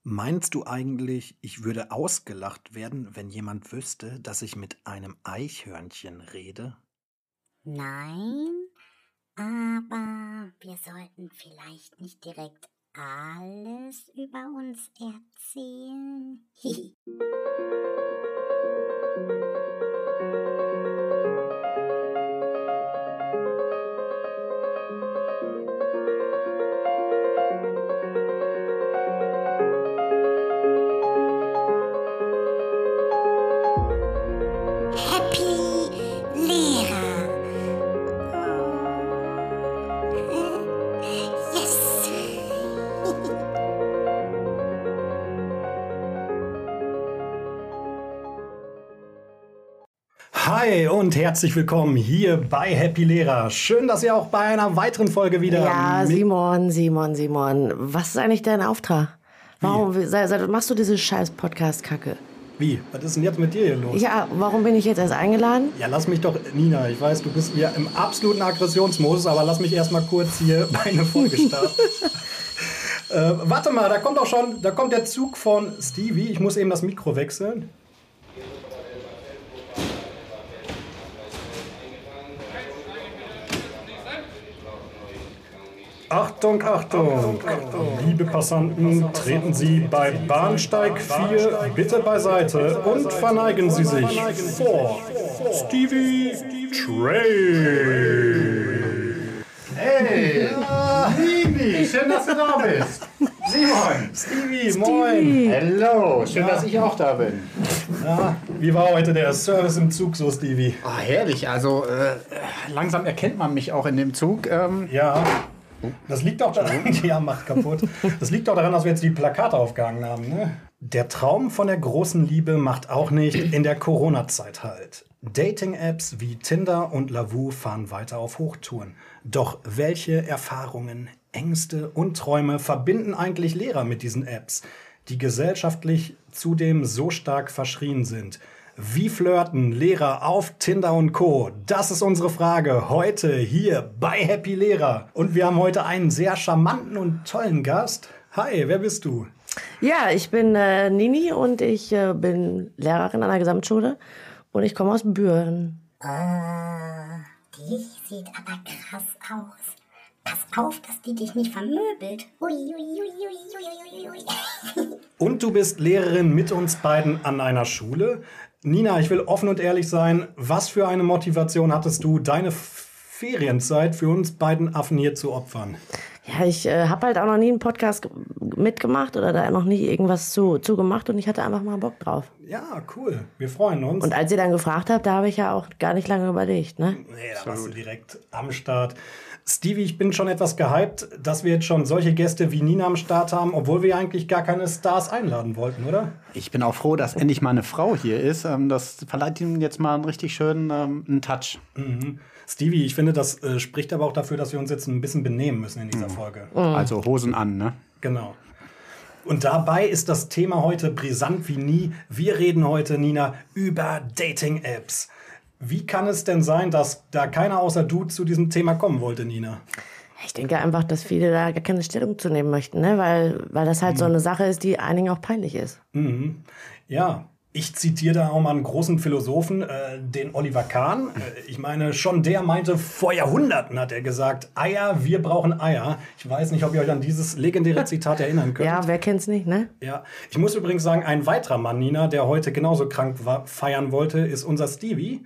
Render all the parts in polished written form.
Meinst du eigentlich, ich würde ausgelacht werden, wenn jemand wüsste, dass ich mit einem Eichhörnchen rede? Nein, aber wir sollten vielleicht nicht direkt alles über uns erzählen. Happy Lehrer. Yes. Hi und herzlich willkommen hier bei Happy Lehrer. Schön, dass ihr auch bei einer weiteren Folge wieder Ja, Simon. Was ist eigentlich dein Auftrag? Warum machst du diese scheiß Podcast-Kacke? Wie? Was ist denn jetzt mit dir hier los? Ja, warum bin ich jetzt erst eingeladen? Ja, lass mich doch, Nina, ich weiß, du bist ja im absoluten Aggressionsmodus, aber lass mich erstmal kurz hier meine Folge starten. Warte mal, da kommt der Zug von Stevie. Ich muss eben das Mikro wechseln. Achtung, Achtung! Liebe Passanten, treten Sie bei Bahnsteig 4 bitte beiseite und verneigen Sie sich vor Stevie Train. Hey, Stevie, schön, dass du da bist. Simon. Stevie, moin! Hello, schön, dass ich auch da bin. Ja, wie war heute der Service im Zug so, Stevie? Ah, herrlich, also langsam erkennt man mich auch in dem Zug. Ja. Das liegt auch daran, ja, macht kaputt. Das liegt auch daran, dass wir jetzt die Plakate aufgehangen haben. Ne? Der Traum von der großen Liebe macht auch nicht in der Corona-Zeit halt. Dating-Apps wie Tinder und Lavu fahren weiter auf Hochtouren. Doch welche Erfahrungen, Ängste und Träume verbinden eigentlich Lehrer mit diesen Apps, die gesellschaftlich zudem so stark verschrien sind? Wie flirten Lehrer auf Tinder und Co.? Das ist unsere Frage heute hier bei Happy Lehrer. Und wir haben heute einen sehr charmanten und tollen Gast. Hi, wer bist du? Ja, ich bin Nini und ich bin Lehrerin an der Gesamtschule und ich komme aus Büren. Die sieht aber krass aus. Pass auf, dass die dich nicht vermöbelt. Ui. Und du bist Lehrerin mit uns beiden an einer Schule. Nina, ich will offen und ehrlich sein. Was für eine Motivation hattest du, deine Ferienzeit für uns beiden Affen hier zu opfern? Ja, ich habe halt auch noch nie einen Podcast mitgemacht oder da noch nie irgendwas zu gemacht und ich hatte einfach mal Bock drauf. Ja, cool. Wir freuen uns. Und als ihr dann gefragt habt, da habe ich ja auch gar nicht lange überlegt, ne? Nee, da warst du direkt am Start. Stevie, ich bin schon etwas gehypt, dass wir jetzt schon solche Gäste wie Nina am Start haben, obwohl wir eigentlich gar keine Stars einladen wollten, oder? Ich bin auch froh, dass endlich mal eine Frau hier ist. Das verleiht ihm jetzt mal einen richtig schönen einen Touch. Mhm. Stevie, ich finde, das spricht aber auch dafür, dass wir uns jetzt ein bisschen benehmen müssen in dieser Folge. Also Hosen an, ne? Genau. Und dabei ist das Thema heute brisant wie nie. Wir reden heute, Nina, über Dating-Apps. Wie kann es denn sein, dass da keiner außer du zu diesem Thema kommen wollte, Nina? Ich denke einfach, dass viele da gar keine Stellung zu nehmen möchten, ne? Weil das halt so eine Sache ist, die einigen auch peinlich ist. Mhm. Ja, ich zitiere da auch mal einen großen Philosophen, den Oliver Kahn. Ich meine, schon der meinte, vor Jahrhunderten hat er gesagt, Eier, wir brauchen Eier. Ich weiß nicht, ob ihr euch an dieses legendäre Zitat erinnern könnt. Ja, wer kennt's nicht, ne? Ja, ich muss übrigens sagen, ein weiterer Mann, Nina, der heute genauso krank war, feiern wollte, ist unser Stevie.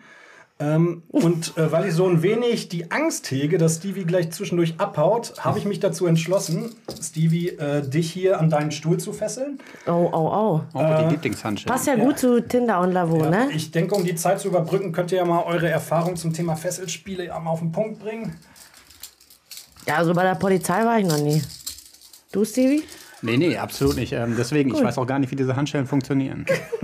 Weil ich so ein wenig die Angst hege, dass Stevie gleich zwischendurch abhaut, habe ich mich dazu entschlossen, Stevie, dich hier an deinen Stuhl zu fesseln. Oh. Die Lieblingshandschellen. Passt ja gut zu Tinder und Lavu, Ja, ne? ich denke, um die Zeit zu überbrücken, könnt ihr ja mal eure Erfahrung zum Thema Fesselspiele mal auf den Punkt bringen. Ja, also bei der Polizei war ich noch nie. Du, Stevie? Nee, absolut nicht. Deswegen, ich weiß auch gar nicht, wie diese Handschellen funktionieren.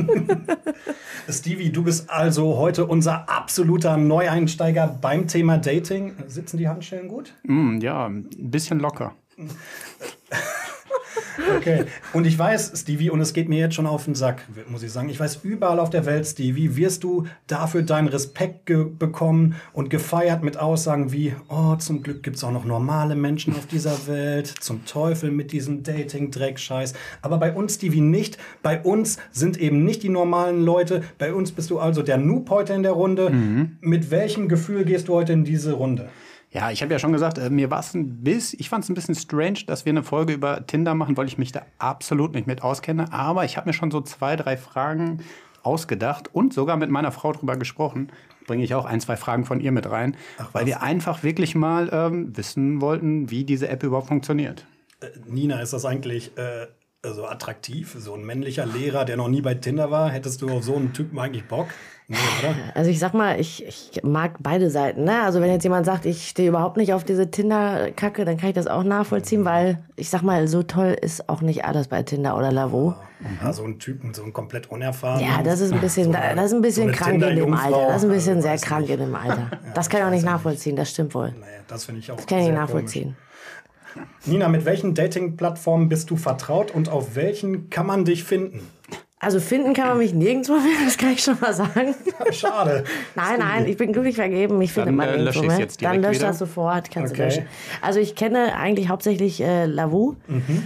Stevie, du bist also heute unser absoluter Neueinsteiger beim Thema Dating. Sitzen die Handschellen gut? Ja, ein bisschen locker. Okay. Und ich weiß, Stevie, und es geht mir jetzt schon auf den Sack, muss ich sagen. Ich weiß, überall auf der Welt, Stevie, wirst du dafür deinen Respekt bekommen und gefeiert mit Aussagen wie, oh, zum Glück gibt's auch noch normale Menschen auf dieser Welt, zum Teufel mit diesem Dating-Dreck-Scheiß. Aber bei uns, Stevie, nicht. Bei uns sind eben nicht die normalen Leute. Bei uns bist du also der Noob heute in der Runde. Mit welchem Gefühl gehst du heute in diese Runde? Ja, ich habe ja schon gesagt, ich fand es ein bisschen strange, dass wir eine Folge über Tinder machen, weil ich mich da absolut nicht mit auskenne. Aber ich habe mir schon so 2, 3 Fragen ausgedacht und sogar mit meiner Frau drüber gesprochen. Bringe ich auch 1, 2 Fragen von ihr mit rein, weil wir einfach wirklich mal wissen wollten, wie diese App überhaupt funktioniert. Nina, ist das eigentlich so attraktiv? So ein männlicher Lehrer, der noch nie bei Tinder war? Hättest du auf so einen Typen eigentlich Bock? Nee, oder? Also ich sag mal, ich mag beide Seiten. Ne? Also wenn jetzt jemand sagt, ich stehe überhaupt nicht auf diese Tinder-Kacke, dann kann ich das auch nachvollziehen, weil ich sag mal, so toll ist auch nicht alles bei Tinder oder Lavo. Ja, so ein Typen, so ein komplett unerfahren. Ja, das ist ein bisschen, das ist ein bisschen so krank in dem Alter. Das ist ein bisschen sehr weiß krank nicht. in dem Alter. Das kann ich auch nicht nachvollziehen, das stimmt wohl. Naja, das finde ich auch Das kann ich nicht sehr nachvollziehen. komisch. Nina, mit welchen Dating-Plattformen bist du vertraut und auf welchen kann man dich finden? Also finden kann man mich nirgendwo mehr, das kann ich schon mal sagen. Schade. Nein, ich bin glücklich vergeben, mich findet man lösche nirgendwo ich's mehr. jetzt direkt Dann lösch wieder. das sofort, kannst Okay. du löschen. Also ich kenne eigentlich hauptsächlich Lavu.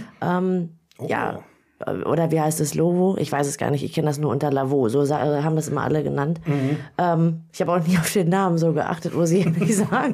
Ja, oder wie heißt es, Lovo? Ich weiß es gar nicht, ich kenne das nur unter Lavo. So haben das immer alle genannt. Ich habe auch nie auf den Namen so geachtet, muss ich ehrlich sagen.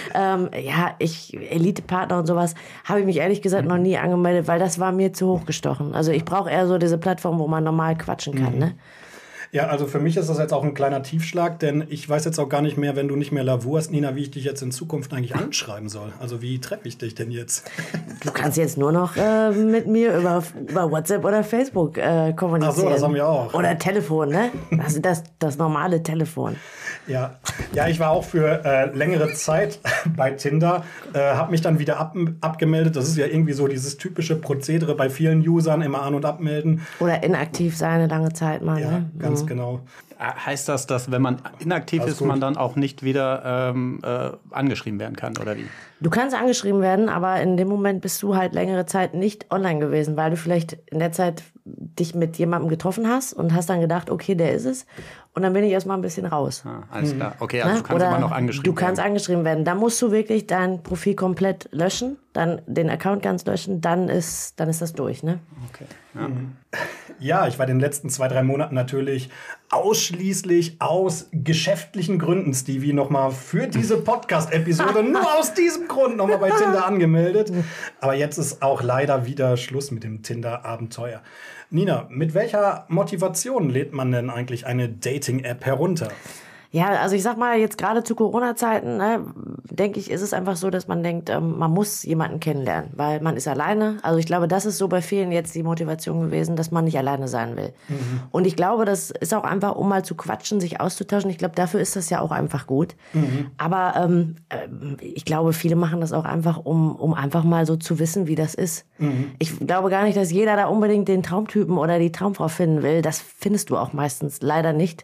Elite-Partner und sowas habe ich mich ehrlich gesagt noch nie angemeldet, weil das war mir zu hochgestochen. Also ich brauche eher so diese Plattform, wo man normal quatschen kann, ne? Ja, also für mich ist das jetzt auch ein kleiner Tiefschlag, denn ich weiß jetzt auch gar nicht mehr, wenn du nicht mehr Lavu hast, Nina, wie ich dich jetzt in Zukunft eigentlich anschreiben soll. Also wie treffe ich dich denn jetzt? Du kannst jetzt nur noch mit mir über WhatsApp oder Facebook kommunizieren. Ach so, das haben wir auch. Oder Telefon, ne? Das normale Telefon. Ja, ich war auch für längere Zeit bei Tinder, habe mich dann wieder abgemeldet. Das ist ja irgendwie so dieses typische Prozedere bei vielen Usern, immer an- und abmelden. Oder inaktiv sein eine lange Zeit mal, Ja, ne? ganz genau. Heißt das, dass wenn man inaktiv Alles ist, gut. man dann auch nicht wieder angeschrieben werden kann, oder wie? Du kannst angeschrieben werden, aber in dem Moment bist du halt längere Zeit nicht online gewesen, weil du vielleicht in der Zeit dich mit jemandem getroffen hast und hast dann gedacht, okay, der ist es. Und dann bin ich erstmal ein bisschen raus. Ah, alles klar. Okay, also Ne? du kannst immer noch angeschrieben Du kannst werden. angeschrieben werden. Da musst du wirklich dein Profil komplett löschen, dann den Account ganz löschen, dann ist das durch, ne? Okay. Ja. Ja, ich war in den letzten 2, 3 Monaten natürlich ausschließlich aus geschäftlichen Gründen, Stevie, nochmal für diese Podcast-Episode nur aus diesem Grund nochmal bei Tinder angemeldet. Aber jetzt ist auch leider wieder Schluss mit dem Tinder-Abenteuer. Nina, mit welcher Motivation lädt man denn eigentlich eine Dating-App herunter? Ja, also ich sag mal, jetzt gerade zu Corona-Zeiten, ne, denke ich, ist es einfach so, dass man denkt, man muss jemanden kennenlernen, weil man ist alleine. Also ich glaube, das ist so bei vielen jetzt die Motivation gewesen, dass man nicht alleine sein will. Und ich glaube, das ist auch einfach, um mal zu quatschen, sich auszutauschen. Ich glaube, dafür ist das ja auch einfach gut. Aber ich glaube, viele machen das auch einfach, um einfach mal so zu wissen, wie das ist. Ich glaube gar nicht, dass jeder da unbedingt den Traumtypen oder die Traumfrau finden will. Das findest du auch meistens leider nicht.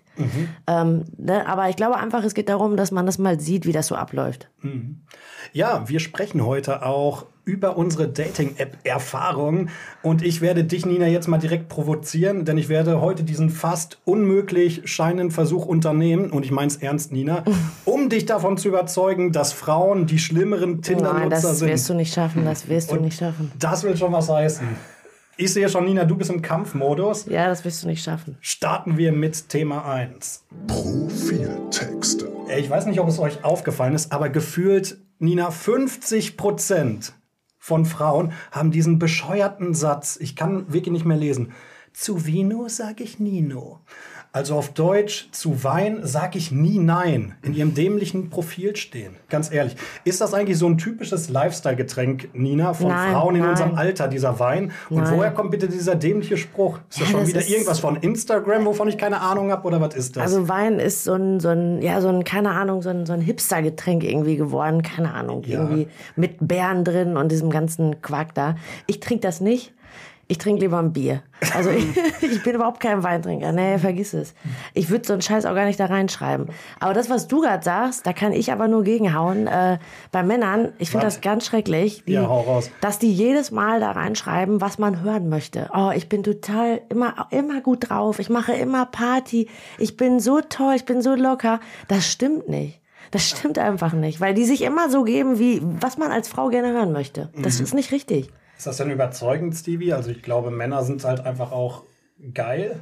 Ne? Aber ich glaube einfach, es geht darum, dass man das mal sieht, wie das so abläuft. Ja, wir sprechen heute auch über unsere Dating-App-Erfahrungen. Und ich werde dich, Nina, jetzt mal direkt provozieren, denn ich werde heute diesen fast unmöglich scheinenden Versuch unternehmen, und ich meine es ernst, Nina, um dich davon zu überzeugen, dass Frauen die schlimmeren Nein, Tinder-Nutzer das sind. wirst du nicht schaffen, das wirst du Und nicht schaffen. Das will schon was heißen. Ich sehe schon, Nina, du bist im Kampfmodus. Ja, das wirst du nicht schaffen. Starten wir mit Thema 1. Profiltexte. Ich weiß nicht, ob es euch aufgefallen ist, aber gefühlt, Nina, 50% von Frauen haben diesen bescheuerten Satz. Ich kann wirklich nicht mehr lesen. Zu Vino sag ich Nino. Also auf Deutsch, zu Wein sag ich nie nein. In ihrem dämlichen Profil stehen. Ganz ehrlich. Ist das eigentlich so ein typisches Lifestyle-Getränk, Nina, von Nein, Frauen in nein. unserem Alter, dieser Wein? Und Nein. woher kommt bitte dieser dämliche Spruch? Ist das Ja, schon das wieder ist- irgendwas von Instagram, wovon ich keine Ahnung habe? Oder was ist das? Also Wein ist so ein keine Ahnung, so ein Hipster-Getränk irgendwie geworden. Keine Ahnung, Ja. irgendwie mit Beeren drin und diesem ganzen Quark da. Ich trinke das nicht. Ich trinke lieber ein Bier. Also ich bin überhaupt kein Weintrinker. Nee, vergiss es. Ich würde so einen Scheiß auch gar nicht da reinschreiben. Aber das, was du gerade sagst, da kann ich aber nur gegenhauen. Bei Männern, ich finde das ganz schrecklich, hau raus. dass die jedes Mal da reinschreiben, was man hören möchte. Oh, ich bin total immer gut drauf. Ich mache immer Party. Ich bin so toll, ich bin so locker. Das stimmt nicht. Das stimmt einfach nicht, weil die sich immer so geben, wie was man als Frau gerne hören möchte. Das ist nicht richtig. Ist das denn überzeugend, Stevie? Also ich glaube, Männer sind halt einfach auch geil.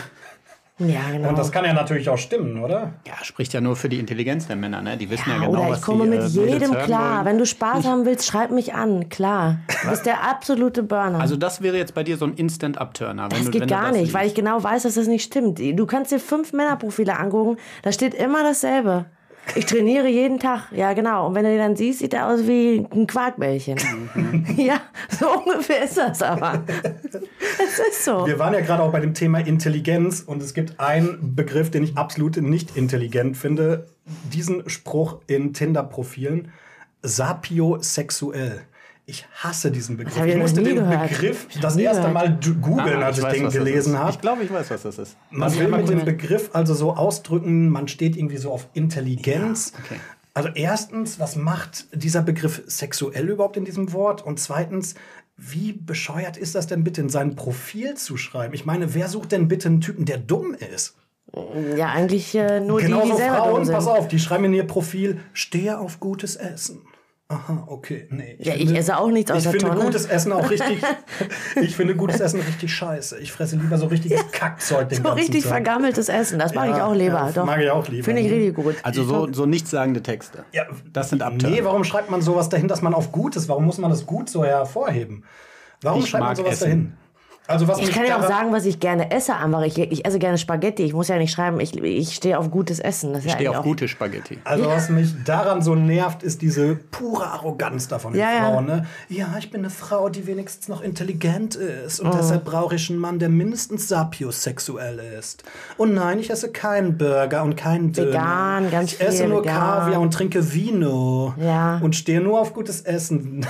Ja, genau. Und das kann ja natürlich auch stimmen, oder? Ja, spricht ja nur für die Intelligenz der Männer, ne? Die wissen ja, genau, oder was ich komme die, mit Mädels jedem hören klar. wollen. Wenn du Spaß haben willst, schreib mich an. Klar. Du bist der absolute Burner. Also das wäre jetzt bei dir so ein Instant-Upturner. das geht gar nicht, weil ich genau weiß, dass das nicht stimmt. Du kannst dir 5 Männerprofile angucken, da steht immer dasselbe. Ich trainiere jeden Tag. Ja, genau. Und wenn du den dann siehst, sieht er aus wie ein Quarkbällchen. Ja, so ungefähr ist das aber. Es ist so. Wir waren ja gerade auch bei dem Thema Intelligenz und es gibt einen Begriff, den ich absolut nicht intelligent finde. Diesen Spruch in Tinder-Profilen. Sapiosexuell. Ich hasse diesen Begriff. hab ich Ich noch musste nie den gehört. Begriff Hab ich das noch nie erste gehört. Mal googeln, als ich weiß, den was das gelesen ist. habe. Ich glaube, ich weiß, was das ist. Man will mit dem Begriff also so ausdrücken, man steht irgendwie so auf Intelligenz. Ja, okay. Also erstens, was macht dieser Begriff sexuell überhaupt in diesem Wort? Und zweitens, wie bescheuert ist das denn bitte in sein Profil zu schreiben? Ich meine, wer sucht denn bitte einen Typen, der dumm ist? Ja, eigentlich nur Genauso die selber dumm Frauen, sind. pass auf, die schreiben in ihr Profil, stehe auf gutes Essen. Aha, okay, nee. Ich esse auch nichts aus Ich der finde Tonne. gutes Essen auch richtig. Ich finde gutes Essen richtig scheiße. Ich fresse lieber so richtiges Kackzeug den So ganzen richtig Tag. vergammeltes Essen, das mag Ja, ich auch lieber. ja, Doch. mag ich auch lieber. Finde ich richtig gut. Also so nichtssagende Texte. Ja, Das sind Upturner. Nee, warum schreibt man sowas dahin, dass man auf Gutes? Warum muss man das Gut so hervorheben? Warum Ich schreibt man mag sowas Essen. dahin? Also was Ich mich kann ja auch daran- sagen, was ich gerne esse, aber ich esse gerne Spaghetti. Ich muss ja nicht schreiben, ich stehe auf gutes Essen. Das ist Ich stehe ja auf eigentlich gute Spaghetti. Also was mich daran so nervt, ist diese pure Arroganz davon den Ja, ja. Frauen. Ne? Ja, ich bin eine Frau, die wenigstens noch intelligent ist. Und deshalb brauche ich einen Mann, der mindestens sapiosexuell ist. Und nein, ich esse keinen Burger und keinen Döner. Vegan, ganz ich esse viel nur vegan. Kaviar und trinke Vino. Ja. Und stehe nur auf gutes Essen.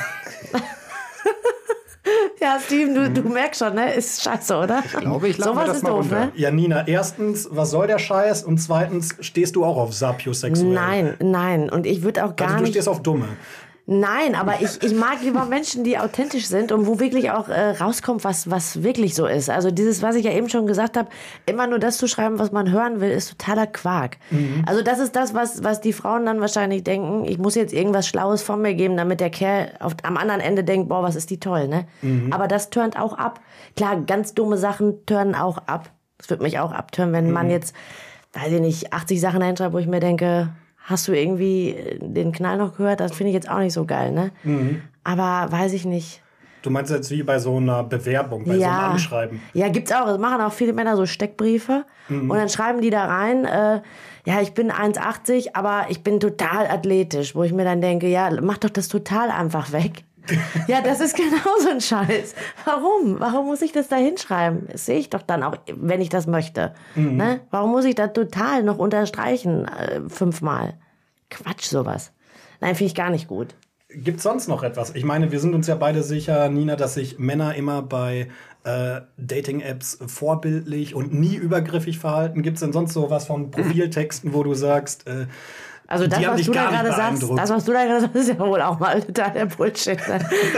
Ja, Steven, du merkst schon, ne? Ist scheiße, oder? Ich glaube, ich lade mir Sowas das ist mal doof, runter. ne? Ja, Nina, erstens, was soll der Scheiß? Und zweitens, stehst du auch auf sapiosexuell? Nein. Und ich würde auch gar Also du nicht. stehst auf Dumme. Nein, aber ich mag lieber Menschen, die authentisch sind und wo wirklich auch rauskommt, was wirklich so ist. Also dieses, was ich ja eben schon gesagt habe, immer nur das zu schreiben, was man hören will, ist totaler Quark. Also das ist das, was die Frauen dann wahrscheinlich denken, ich muss jetzt irgendwas Schlaues von mir geben, damit der Kerl am anderen Ende denkt, boah, was ist die toll, ne? Aber das turnt auch ab. Klar, ganz dumme Sachen turnen auch ab. Das wird mich auch abtören, wenn man jetzt, weiß ich nicht, 80 Sachen hinschreibt, wo ich mir denke, hast du irgendwie den Knall noch gehört? Das finde ich jetzt auch nicht so geil, ne? Aber weiß ich nicht. Du meinst jetzt wie bei so einer Bewerbung, bei so einem Anschreiben. Ja, gibt's auch. Das machen auch viele Männer so Steckbriefe. Und dann schreiben die da rein, ja, ich bin 1,80, aber ich bin total athletisch. Wo ich mir dann denke, ja, mach doch das total einfach weg. Ja, das ist genau so ein Scheiß. Warum? Warum muss ich das da hinschreiben? Das sehe ich doch dann auch, wenn ich das möchte. Ne? Warum muss ich da total noch unterstreichen 5-mal? Quatsch, sowas. Nein, finde ich gar nicht gut. Gibt es sonst noch etwas? Ich meine, wir sind uns ja beide sicher, Nina, dass sich Männer immer bei Dating-Apps vorbildlich und nie übergriffig verhalten. Gibt es denn sonst so was von Profiltexten, wo du sagst, Also das, die haben was dich du da gar nicht gerade sagst, beeindruckt? das, was du da gerade sagst, ist ja wohl auch mal total der Bullshit. Ne?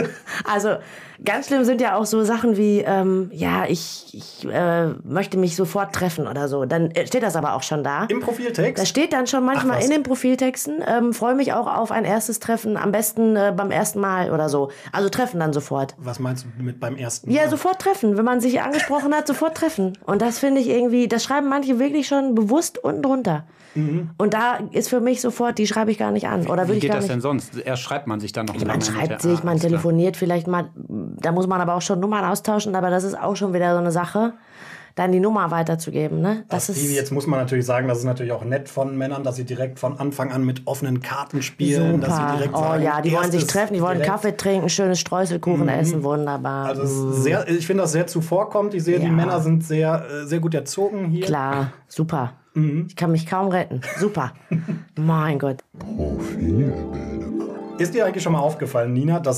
Also ganz schlimm sind ja auch so Sachen wie, ja, ich möchte mich sofort treffen oder so. Dann steht das aber auch schon da. Im Profiltext? Da steht dann schon manchmal Ach, was? in den Profiltexten, freue mich auch auf ein erstes Treffen, am besten beim ersten Mal oder so. Also treffen dann sofort. Was meinst du mit beim ersten Mal? Ja, sofort treffen. Wenn man sich angesprochen hat, sofort treffen. Und das finde ich irgendwie, das schreiben manche wirklich schon bewusst unten drunter. Und da ist für mich sofort, die schreibe ich gar nicht an. Oder würde Wie ich geht gar das nicht. denn sonst? Erst schreibt man sich dann noch Man lange schreibt hinterher. sich, man alles klar. telefoniert vielleicht mal. Da muss man aber auch schon Nummern austauschen. Aber das ist auch schon wieder so eine Sache, dann die Nummer weiterzugeben. Ne? Das ist Stevie, jetzt muss man natürlich sagen, das ist natürlich auch nett von Männern, dass sie direkt von Anfang an mit offenen Karten spielen. Dass sie super. direkt Oh sagen, ja, die wollen sich erstes treffen, die wollen direkt. Kaffee trinken, schönes Streuselkuchen essen. Wunderbar. Also es ist sehr, ich finde das sehr zuvorkommt. Ich sehe, die Ja. Männer sind sehr, sehr gut erzogen hier. Klar, super. Ich kann mich kaum retten. Super. Mein Gott. Profilbilder. Ist dir eigentlich schon mal aufgefallen, Nina, dass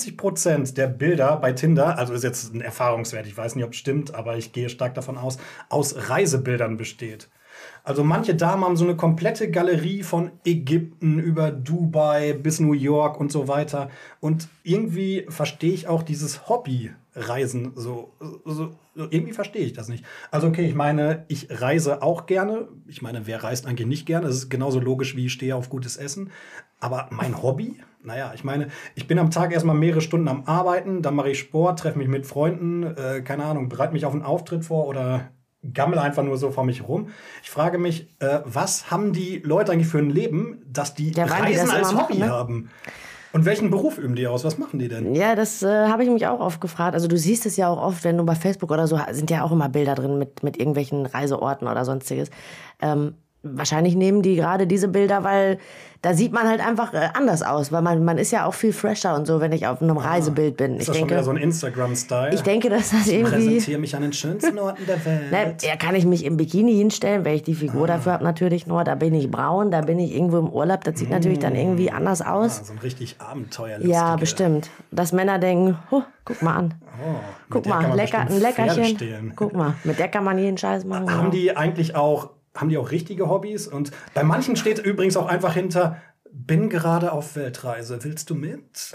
90% der Bilder bei Tinder, also ist jetzt ein Erfahrungswert, ich weiß nicht, ob es stimmt, aber ich gehe stark davon aus Reisebildern besteht. Also manche Damen haben so eine komplette Galerie von Ägypten über Dubai bis New York und so weiter. Und irgendwie verstehe ich auch dieses Hobby-Reisen so irgendwie verstehe ich das nicht. Also okay, ich meine, ich reise auch gerne. Ich meine, wer reist eigentlich nicht gerne? Das ist genauso logisch, wie ich stehe auf gutes Essen. Aber mein Hobby? Naja, ich meine, ich bin am Tag erstmal mehrere Stunden am Arbeiten, dann mache ich Sport, treffe mich mit Freunden, keine Ahnung, bereite mich auf einen Auftritt vor oder gammel einfach nur so vor mich rum. Ich frage mich, was haben die Leute eigentlich für ein Leben, dass die Reisen als Hobby haben? Und welchen Beruf üben die aus? Was machen die denn? Ja, das habe ich mich auch oft gefragt. Also du siehst es ja auch oft, wenn du bei Facebook oder so, sind ja auch immer Bilder drin mit irgendwelchen Reiseorten oder sonstiges. Wahrscheinlich nehmen die gerade diese Bilder, weil da sieht man halt einfach anders aus, weil man ist ja auch viel fresher und so, wenn ich auf einem Reisebild bin. Ist das schon wieder so ein Instagram-Style? Ich denke, dass das irgendwie... Ich präsentiere mich an den schönsten Orten der Welt. Ja, kann ich mich im Bikini hinstellen, wenn ich die Figur dafür habe natürlich nur. Da bin ich braun, da bin ich irgendwo im Urlaub. Das sieht natürlich dann irgendwie anders aus. So ein richtig abenteuerlustiger. Ja, bestimmt. Dass Männer denken, guck mal an. Guck mal, ein Leckerchen. Guck mal, mit der kann man jeden Scheiß machen. Haben die eigentlich auch... Haben die auch richtige Hobbys? Und bei manchen steht übrigens auch einfach hinter, bin gerade auf Weltreise, willst du mit?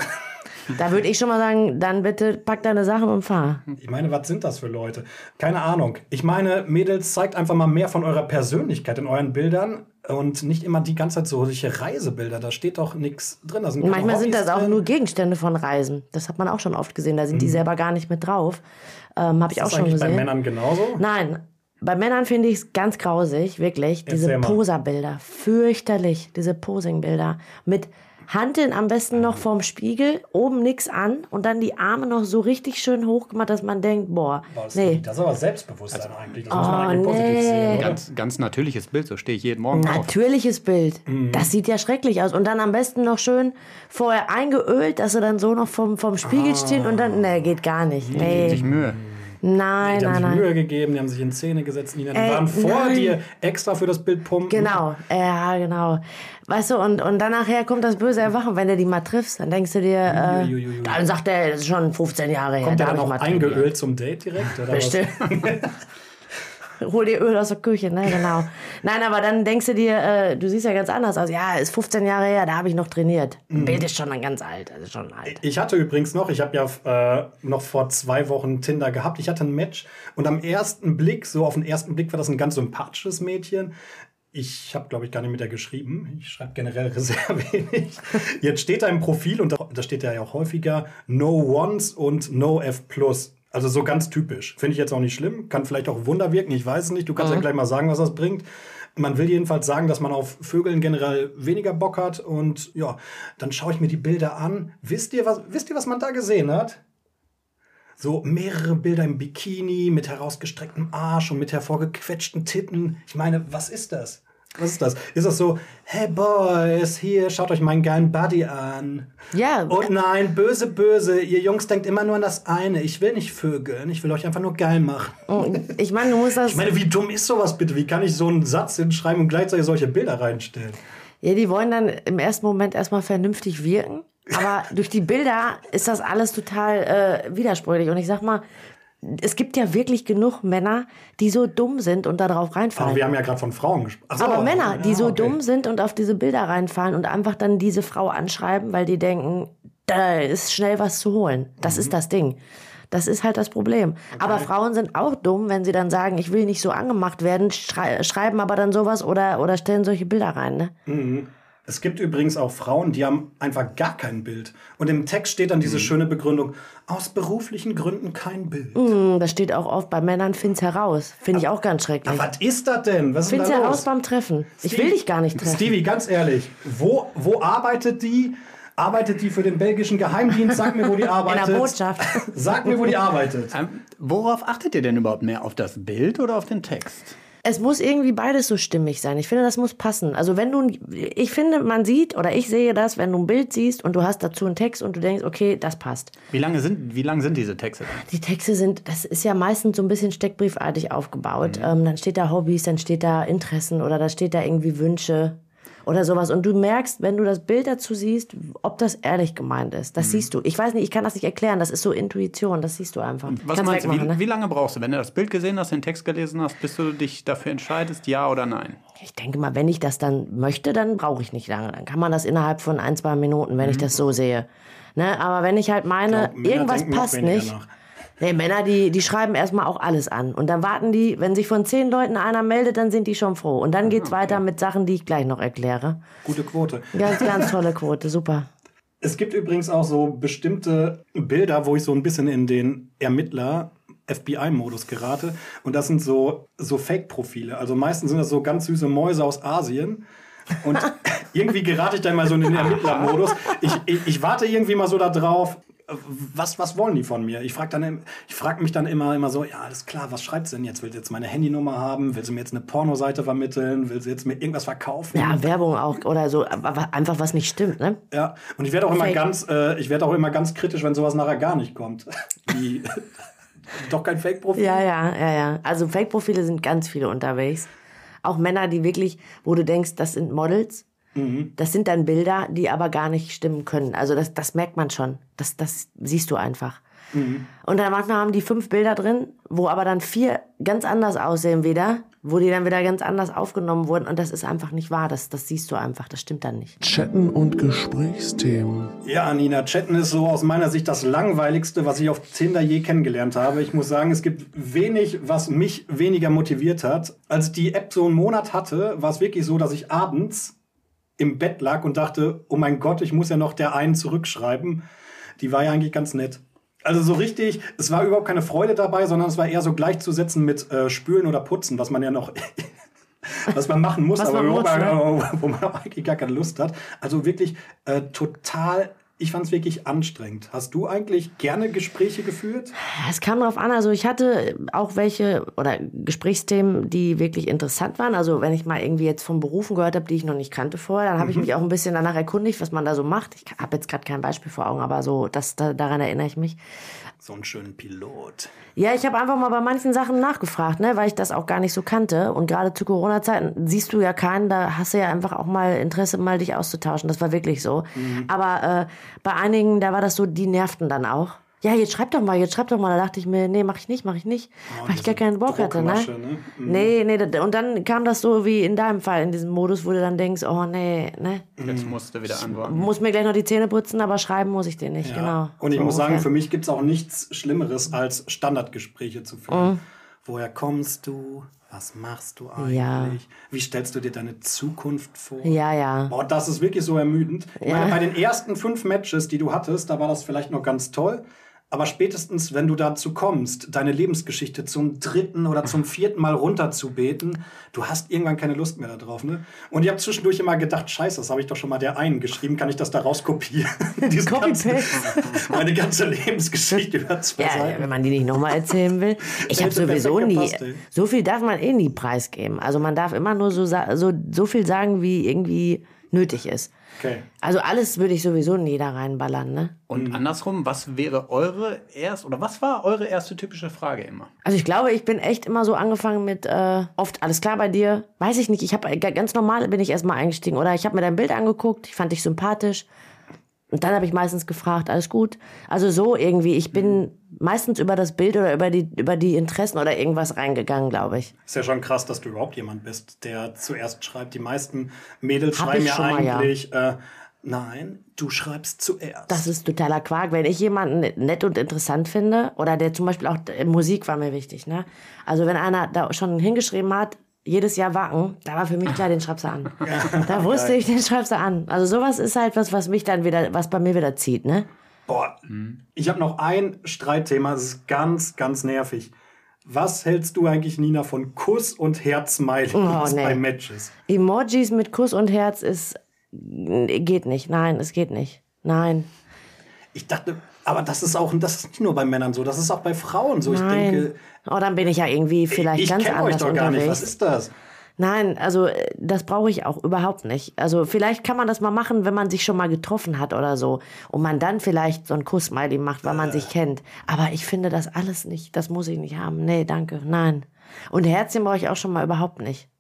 Da würde ich schon mal sagen, dann bitte pack deine Sachen und fahr. Ich meine, was sind das für Leute? Keine Ahnung. Ich meine, Mädels, zeigt einfach mal mehr von eurer Persönlichkeit in euren Bildern und nicht immer die ganze Zeit solche Reisebilder. Da steht doch nichts drin. Da sind manchmal sind das auch nur Gegenstände von Reisen. Das hat man auch schon oft gesehen. Da sind die selber gar nicht mit drauf. Habe ich auch schon gesehen. Ist das bei Männern genauso? Nein. Bei Männern finde ich es ganz grausig, wirklich. Diese Poserbilder, fürchterlich, diese Posingbilder. Mit Hanteln am besten noch vorm Spiegel, oben nix an und dann die Arme noch so richtig schön hochgemacht, dass man denkt, nee. Das ist aber Selbstbewusstsein eigentlich. Das muss man eigentlich positiv sehen, oder? Ganz natürliches Bild, so stehe ich jeden Morgen auf. Natürliches Bild. Das sieht ja schrecklich aus. Und dann am besten noch schön vorher eingeölt, dass du dann so noch vom Spiegel stehen und dann, geht gar nicht. Die geben sich Mühe. Nein, die haben sich Mühe gegeben, die haben sich in Szene gesetzt, Nina. Die waren vor dir extra für das Bild pumpen. Genau, ja, genau. Weißt du, und dann nachher kommt das böse Erwachen, wenn du die mal triffst, dann denkst du dir, dann sagt er, das ist schon 15 Jahre her. Kommt der dann auch eingeölt zum Date direkt? Oder bestimmt. Hol dir Öl aus der Küche, ne, genau. Nein, aber dann denkst du dir, du siehst ja ganz anders aus. Ja, ist 15 Jahre her, da habe ich noch trainiert. Bild ist schon ganz alt, also schon alt. Ich hatte übrigens ich habe ja noch vor 2 Wochen Tinder gehabt. Ich hatte ein Match und auf den ersten Blick war das ein ganz sympathisches Mädchen. Ich habe, glaube ich, gar nicht mit der geschrieben. Ich schreibe generell sehr wenig. Jetzt steht da im Profil, und da steht ja auch häufiger, No Ones und No F+. Also so ganz typisch. Finde ich jetzt auch nicht schlimm. Kann vielleicht auch ein Wunder wirken. Ich weiß es nicht. Du kannst ja gleich mal sagen, was das bringt. Man will jedenfalls sagen, dass man auf Vögeln generell weniger Bock hat. Und ja, dann schaue ich mir die Bilder an. Wisst ihr, was man da gesehen hat? So mehrere Bilder im Bikini mit herausgestrecktem Arsch und mit hervorgequetschten Titten. Ich meine, was ist das? Was ist das? Ist das so, hey Boys, hier, schaut euch meinen geilen Buddy an. Ja. Und nein, böse, böse, ihr Jungs denkt immer nur an das eine. Ich will nicht vögeln, ich will euch einfach nur geil machen. Ich meine, du musst das... Ich meine, wie dumm ist sowas bitte? Wie kann ich so einen Satz hinschreiben und gleichzeitig solche Bilder reinstellen? Ja, die wollen dann im ersten Moment erstmal vernünftig wirken. Aber durch die Bilder ist das alles total widersprüchlich. Und ich sag mal, es gibt ja wirklich genug Männer, die so dumm sind und da drauf reinfallen. Aber wir haben ja gerade von Frauen gesprochen. Aber Männer, die so dumm sind und auf diese Bilder reinfallen und einfach dann diese Frau anschreiben, weil die denken, da ist schnell was zu holen. Das ist das Ding. Das ist halt das Problem. Okay. Aber Frauen sind auch dumm, wenn sie dann sagen, ich will nicht so angemacht werden, schreiben aber dann sowas oder stellen solche Bilder rein. Ne? Mhm. Es gibt übrigens auch Frauen, die haben einfach gar kein Bild. Und im Text steht dann diese schöne Begründung, aus beruflichen Gründen kein Bild. Das steht auch oft bei Männern, find's heraus. Finde ich auch ganz schrecklich. Aber was ist das denn? Was ist find's da los? Heraus beim Treffen. Stevie, ich will dich gar nicht treffen. Stevie, ganz ehrlich, wo arbeitet die? Arbeitet die für den belgischen Geheimdienst? Sag mir, wo die arbeitet. In der Botschaft. Sag mir, wo die arbeitet. Worauf achtet ihr denn überhaupt mehr? Auf das Bild oder auf den Text? Es muss irgendwie beides so stimmig sein. Ich finde, das muss passen. Also ich finde, man sieht oder ich sehe das, wenn du ein Bild siehst und du hast dazu einen Text und du denkst, okay, das passt. Wie lang sind diese Texte? Die Texte das ist ja meistens so ein bisschen steckbriefartig aufgebaut. Dann steht da Hobbys, dann steht da Interessen oder da steht da irgendwie Wünsche. oder sowas. Und du merkst, wenn du das Bild dazu siehst, ob das ehrlich gemeint ist. Das siehst du. Ich weiß nicht, ich kann das nicht erklären. Das ist so Intuition, das siehst du einfach. Was Kannst meinst du, wegmachen, ne? wie lange brauchst du, wenn du das Bild gesehen hast, den Text gelesen hast, bis du dich dafür entscheidest, ja oder nein? Ich denke mal, wenn ich das dann möchte, dann brauche ich nicht lange. Dann kann man das innerhalb von 1-2 Minuten, wenn ich das so sehe. Ne? Aber wenn ich halt meine, irgendwas passt nicht. Nee, Männer, die schreiben erstmal auch alles an. Und dann warten die, wenn sich von 10 Leuten einer meldet, dann sind die schon froh. Und dann geht's weiter mit Sachen, die ich gleich noch erkläre. Gute Quote. Ganz, ganz tolle Quote, super. Es gibt übrigens auch so bestimmte Bilder, wo ich so ein bisschen in den Ermittler FBI-Modus gerate. Und das sind so Fake-Profile. Also meistens sind das so ganz süße Mäuse aus Asien. Und irgendwie gerate ich dann mal so in den Ermittler-Modus. Ich warte irgendwie mal so da drauf. Was wollen die von mir? Ich frag mich dann immer so, ja, alles klar, was schreibt sie denn jetzt? Will sie jetzt meine Handynummer haben? Will sie mir jetzt eine Pornoseite vermitteln? Will sie jetzt mir irgendwas verkaufen? Ja, Werbung auch oder so, aber einfach was nicht stimmt, ne? Ja, und ich werde auch immer ganz kritisch, wenn sowas nachher gar nicht kommt. Wie, doch kein Fake-Profil? Ja. Also Fake-Profile sind ganz viele unterwegs. Auch Männer, die wirklich, wo du denkst, das sind Models. Das sind dann Bilder, die aber gar nicht stimmen können. Also das merkt man schon. Das siehst du einfach. Und dann manchmal haben die 5 Bilder drin, wo aber dann 4 ganz anders aussehen wieder, wo die dann wieder ganz anders aufgenommen wurden. Und das ist einfach nicht wahr. Das siehst du einfach. Das stimmt dann nicht. Chatten und Gesprächsthemen. Ja, Nina, Chatten ist so aus meiner Sicht das Langweiligste, was ich auf Tinder je kennengelernt habe. Ich muss sagen, es gibt wenig, was mich weniger motiviert hat. Als ich die App so einen Monat hatte, war es wirklich so, dass ich abends im Bett lag und dachte, oh mein Gott, ich muss ja noch der einen zurückschreiben. Die war ja eigentlich ganz nett. Also so richtig, es war überhaupt keine Freude dabei, sondern es war eher so gleichzusetzen mit Spülen oder Putzen, was man ja noch, was man machen muss, aber wo man auch eigentlich gar keine Lust hat. Also wirklich total, ich fand es wirklich anstrengend. Hast du eigentlich gerne Gespräche geführt? Es kam drauf an, also ich hatte auch welche oder Gesprächsthemen, die wirklich interessant waren. Also wenn ich mal irgendwie jetzt von Berufen gehört habe, die ich noch nicht kannte vorher, dann habe ich mich auch ein bisschen danach erkundigt, was man da so macht. Ich habe jetzt gerade kein Beispiel vor Augen, aber so daran erinnere ich mich. So einen schönen Pilot. Ja, ich habe einfach mal bei manchen Sachen nachgefragt, ne, weil ich das auch gar nicht so kannte. Und gerade zu Corona-Zeiten siehst du ja keinen, da hast du ja einfach auch mal Interesse, mal dich auszutauschen. Das war wirklich so. Aber bei einigen, da war das so, die nervten dann auch. Ja, jetzt schreib doch mal. Da dachte ich mir, nee, mach ich nicht. Weil ich gar keinen Bock hatte, ne? Nee, und dann kam das so wie in deinem Fall, in diesem Modus, wo du dann denkst, oh nee, ne? Jetzt musst du wieder antworten. Muss mir gleich noch die Zähne putzen, aber schreiben muss ich dir nicht, genau. Und ich so muss sagen, ungefähr. für mich gibt es auch nichts Schlimmeres, als Standardgespräche zu führen. Woher kommst du? Was machst du eigentlich? Ja. Wie stellst du dir deine Zukunft vor? Ja. Boah, das ist wirklich so ermüdend. Ich meine, bei den ersten 5 Matches, die du hattest, da war das vielleicht noch ganz toll. Aber spätestens, wenn du dazu kommst, deine Lebensgeschichte zum 3. oder zum 4. Mal runterzubeten, du hast irgendwann keine Lust mehr darauf, ne? Und ich habe zwischendurch immer gedacht, scheiße, das habe ich doch schon mal der einen geschrieben, kann ich das da rauskopieren? Meine ganze Lebensgeschichte über 2 Seiten. Ja, wenn man die nicht nochmal erzählen will. Ich habe sowieso nie, so viel darf man eh nie preisgeben. Also man darf immer nur so viel sagen, wie irgendwie nötig ist. Okay. Also alles würde ich sowieso nie da reinballern, ne? Und andersrum, was war eure erste typische Frage immer? Also ich glaube, ich bin echt immer so angefangen mit oft alles klar bei dir. Weiß ich nicht, ganz normal bin ich erstmal eingestiegen. Oder ich habe mir dein Bild angeguckt, ich fand dich sympathisch. Und dann habe ich meistens gefragt, alles gut? Also so irgendwie, ich bin meistens über das Bild oder über die Interessen oder irgendwas reingegangen, glaube ich. Ist ja schon krass, dass du überhaupt jemand bist, der zuerst schreibt. Die meisten Mädels Hab schreiben ich ja schon mal, eigentlich, nein, du schreibst zuerst. Das ist totaler Quark. Wenn ich jemanden nett und interessant finde, oder der zum Beispiel auch, Musik war mir wichtig, ne? Also wenn einer da schon hingeschrieben hat, jedes Jahr Wacken, da war für mich klar, den schreibst du an. Da wusste ich, den schreibst du an. Also sowas ist halt was mich dann wieder, was bei mir wieder zieht, ne? Boah, ich habe noch ein Streitthema, das ist ganz, ganz nervig. Was hältst du eigentlich, Nina, von Kuss- und Herz-Smileys bei Matches? Emojis mit Kuss und Herz geht nicht. Nein, es geht nicht. Nein. Ich dachte, aber das ist nicht nur bei Männern so, das ist auch bei Frauen so. Nein. Ich denke, dann bin ich ja irgendwie vielleicht ganz kenn euch anders doch gar unterwegs. nicht. Was ist das? Nein, also das brauche ich auch überhaupt nicht. Also vielleicht kann man das mal machen, wenn man sich schon mal getroffen hat oder so. Und man dann vielleicht so einen Kuss-Smiley macht, weil man sich kennt. Aber ich finde das alles nicht, das muss ich nicht haben. Nee, danke, nein. Und Herzchen brauche ich auch schon mal überhaupt nicht.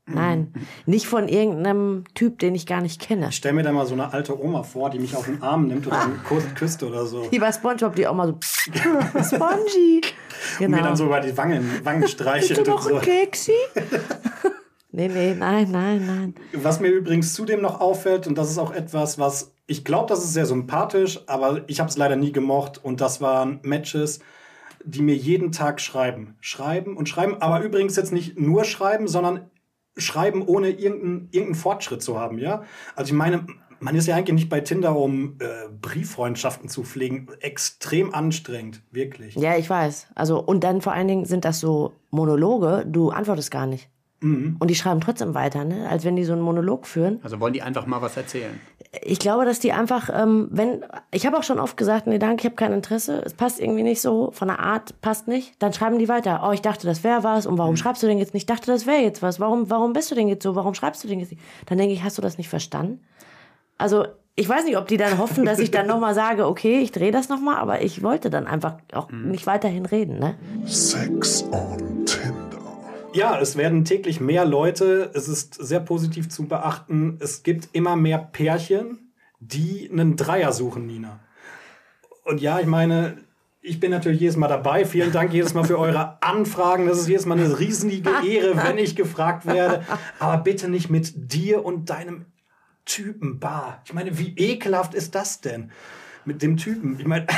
Nein. Nicht von irgendeinem Typ, den ich gar nicht kenne. Ich stell mir da mal so eine alte Oma vor, die mich auf den Arm nimmt und dann küsst oder so. Wie bei SpongeBob, die auch mal so Spongy. Genau. Und mir dann so über die Wangen streichelt. Bist du noch und so. ein Keksi? Nee, nein. Was mir übrigens zudem noch auffällt, und das ist auch etwas, was ich glaube, das ist sehr sympathisch, aber ich habe es leider nie gemocht, und das waren Matches, die mir jeden Tag schreiben, aber übrigens jetzt nicht nur schreiben, sondern schreiben, ohne irgendeinen Fortschritt zu haben, ja? Also ich meine, man ist ja eigentlich nicht bei Tinder, um Brieffreundschaften zu pflegen. Extrem anstrengend, wirklich. Ja, ich weiß. Also, und dann vor allen Dingen sind das so Monologe, du antwortest gar nicht. Mhm. Und die schreiben trotzdem weiter, ne? Als wenn die so einen Monolog führen. Also wollen die einfach mal was erzählen? Ich glaube, dass die einfach, ich habe auch schon oft gesagt, nee, danke, ich habe kein Interesse, es passt irgendwie nicht so, von der Art passt nicht, dann schreiben die weiter. Oh, ich dachte, das wäre was, und warum schreibst du denn jetzt nicht? Ich dachte, das wäre jetzt was. Warum bist du denn jetzt so? Warum schreibst du denn jetzt nicht? Dann denke ich, hast du das nicht verstanden? Also, ich weiß nicht, ob die dann hoffen, dass ich dann nochmal sage, okay, ich drehe das nochmal, aber ich wollte dann einfach auch nicht weiterhin reden, ne? Sex on Tinder. Ja, es werden täglich mehr Leute. Es ist sehr positiv zu beachten. Es gibt immer mehr Pärchen, die einen Dreier suchen, Nina. Und ja, ich meine, ich bin natürlich jedes Mal dabei. Vielen Dank jedes Mal für eure Anfragen. Das ist jedes Mal eine riesige Ehre, wenn ich gefragt werde. Aber bitte nicht mit dir und deinem Typen. Bah. Ich meine, wie ekelhaft ist das denn? Mit dem Typen. Ich meine...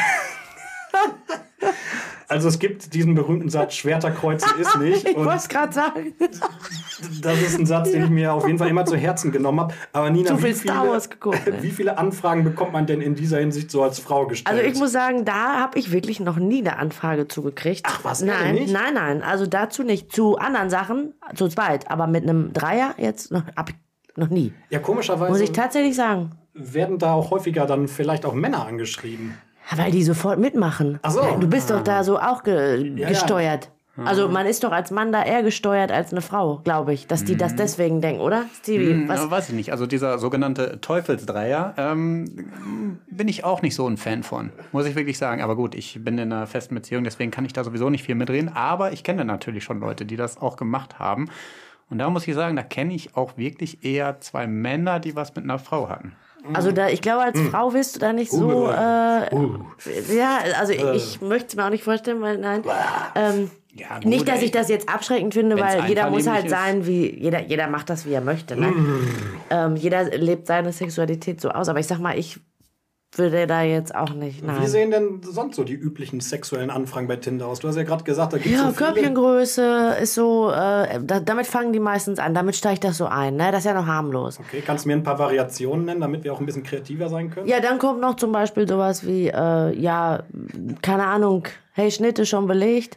Also es gibt diesen berühmten Satz, Schwerterkreuzen ist nicht. Ich wollte es gerade sagen. Das ist ein Satz, den ich mir auf jeden Fall immer zu Herzen genommen habe. Aber Nina, zu viel Star Wars geguckt, ne? Wie viele Anfragen bekommt man denn in dieser Hinsicht so als Frau gestellt? Also ich muss sagen, da habe ich wirklich noch nie eine Anfrage zugekriegt. Ach was, nein, nicht? Nein, also dazu nicht. Zu anderen Sachen, zu zweit, aber mit einem Dreier jetzt noch nie. Ja, komischerweise muss ich tatsächlich sagen. Werden da auch häufiger dann vielleicht auch Männer angeschrieben. Weil die sofort mitmachen. Ach so. Du bist doch da so auch gesteuert. Ja. Also man ist doch als Mann da eher gesteuert als eine Frau, glaube ich. Dass die das deswegen denken, oder? Stevie, was? Weiß ich nicht. Also dieser sogenannte Teufelsdreier bin ich auch nicht so ein Fan von. Muss ich wirklich sagen. Aber gut, ich bin in einer festen Beziehung, deswegen kann ich da sowieso nicht viel mitreden. Aber ich kenne natürlich schon Leute, die das auch gemacht haben. Und da muss ich sagen, da kenne ich auch wirklich eher 2 Männer, die was mit einer Frau hatten. Also ich glaube, als Frau wirst du da nicht so... Ja, also ich möchte es mir auch nicht vorstellen, weil nein. Ja, gut, nicht, dass ich das jetzt abschreckend finde, weil jeder muss halt sein, wie... Jeder macht das, wie er möchte. Ne? Jeder lebt seine Sexualität so aus. Aber ich sag mal, ich würde da jetzt auch nicht... Nein. Wie sehen denn sonst so die üblichen sexuellen Anfragen bei Tinder aus? Du hast ja gerade gesagt, da gibt es so viele... Körbchengröße ist so... damit fangen die meistens an. Damit steigt das so ein. Ne? Das ist ja noch harmlos. Okay, kannst du mir ein paar Variationen nennen, damit wir auch ein bisschen kreativer sein können? Ja, dann kommt noch zum Beispiel sowas wie, keine Ahnung, hey, Schnitte schon belegt.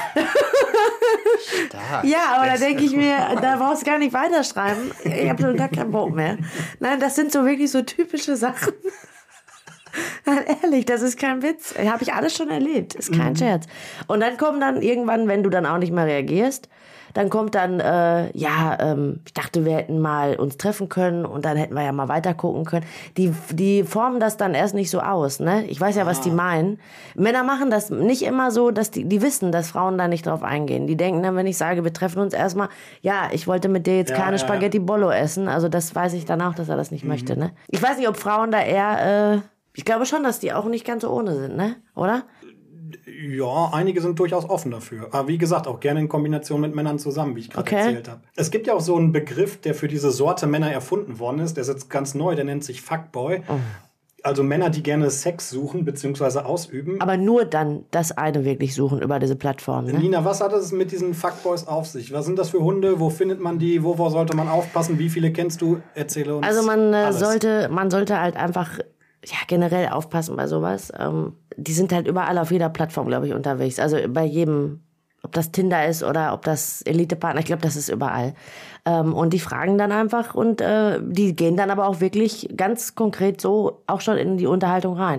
Stark. Ja, aber da denke ich mir, da brauchst du gar nicht weiterschreiben. Ich habe schon gar keinen Bock mehr. Nein, das sind so wirklich so typische Sachen. Nein, ehrlich, das ist kein Witz. Habe ich alles schon erlebt. Ist kein Scherz. Und dann kommt dann irgendwann, wenn du dann auch nicht mehr reagierst, dann kommt dann, ich dachte, wir hätten mal uns treffen können und dann hätten wir ja mal weiter gucken können. Die formen das dann erst nicht so aus, ne? Ich weiß ja, was die meinen. Männer machen das nicht immer so, dass die wissen, dass Frauen da nicht drauf eingehen. Die denken dann, wenn ich sage, wir treffen uns erstmal, ja, ich wollte mit dir jetzt keine Spaghetti Bollo essen. Also das weiß ich dann auch, dass er das nicht möchte, ne? Ich weiß nicht, ob Frauen da eher, ich glaube schon, dass die auch nicht ganz so ohne sind, ne? Oder? Ja, einige sind durchaus offen dafür. Aber wie gesagt, auch gerne in Kombination mit Männern zusammen, wie ich gerade erzählt habe. Es gibt ja auch so einen Begriff, der für diese Sorte Männer erfunden worden ist. Der ist jetzt ganz neu, der nennt sich Fuckboy. Oh. Also Männer, die gerne Sex suchen bzw. ausüben. Aber nur dann das eine wirklich suchen über diese Plattform, ne? Nina, was hat es mit diesen Fuckboys auf sich? Was sind das für Hunde? Wo findet man die? Wovor sollte man aufpassen? Wie viele kennst du? Erzähle uns. Also man sollte halt einfach generell aufpassen bei sowas. Die sind halt überall auf jeder Plattform, glaube ich, unterwegs. Also bei jedem, ob das Tinder ist oder ob das Elite-Partner, ich glaube, das ist überall. Und die fragen dann einfach und die gehen dann aber auch wirklich ganz konkret so auch schon in die Unterhaltung rein, ne?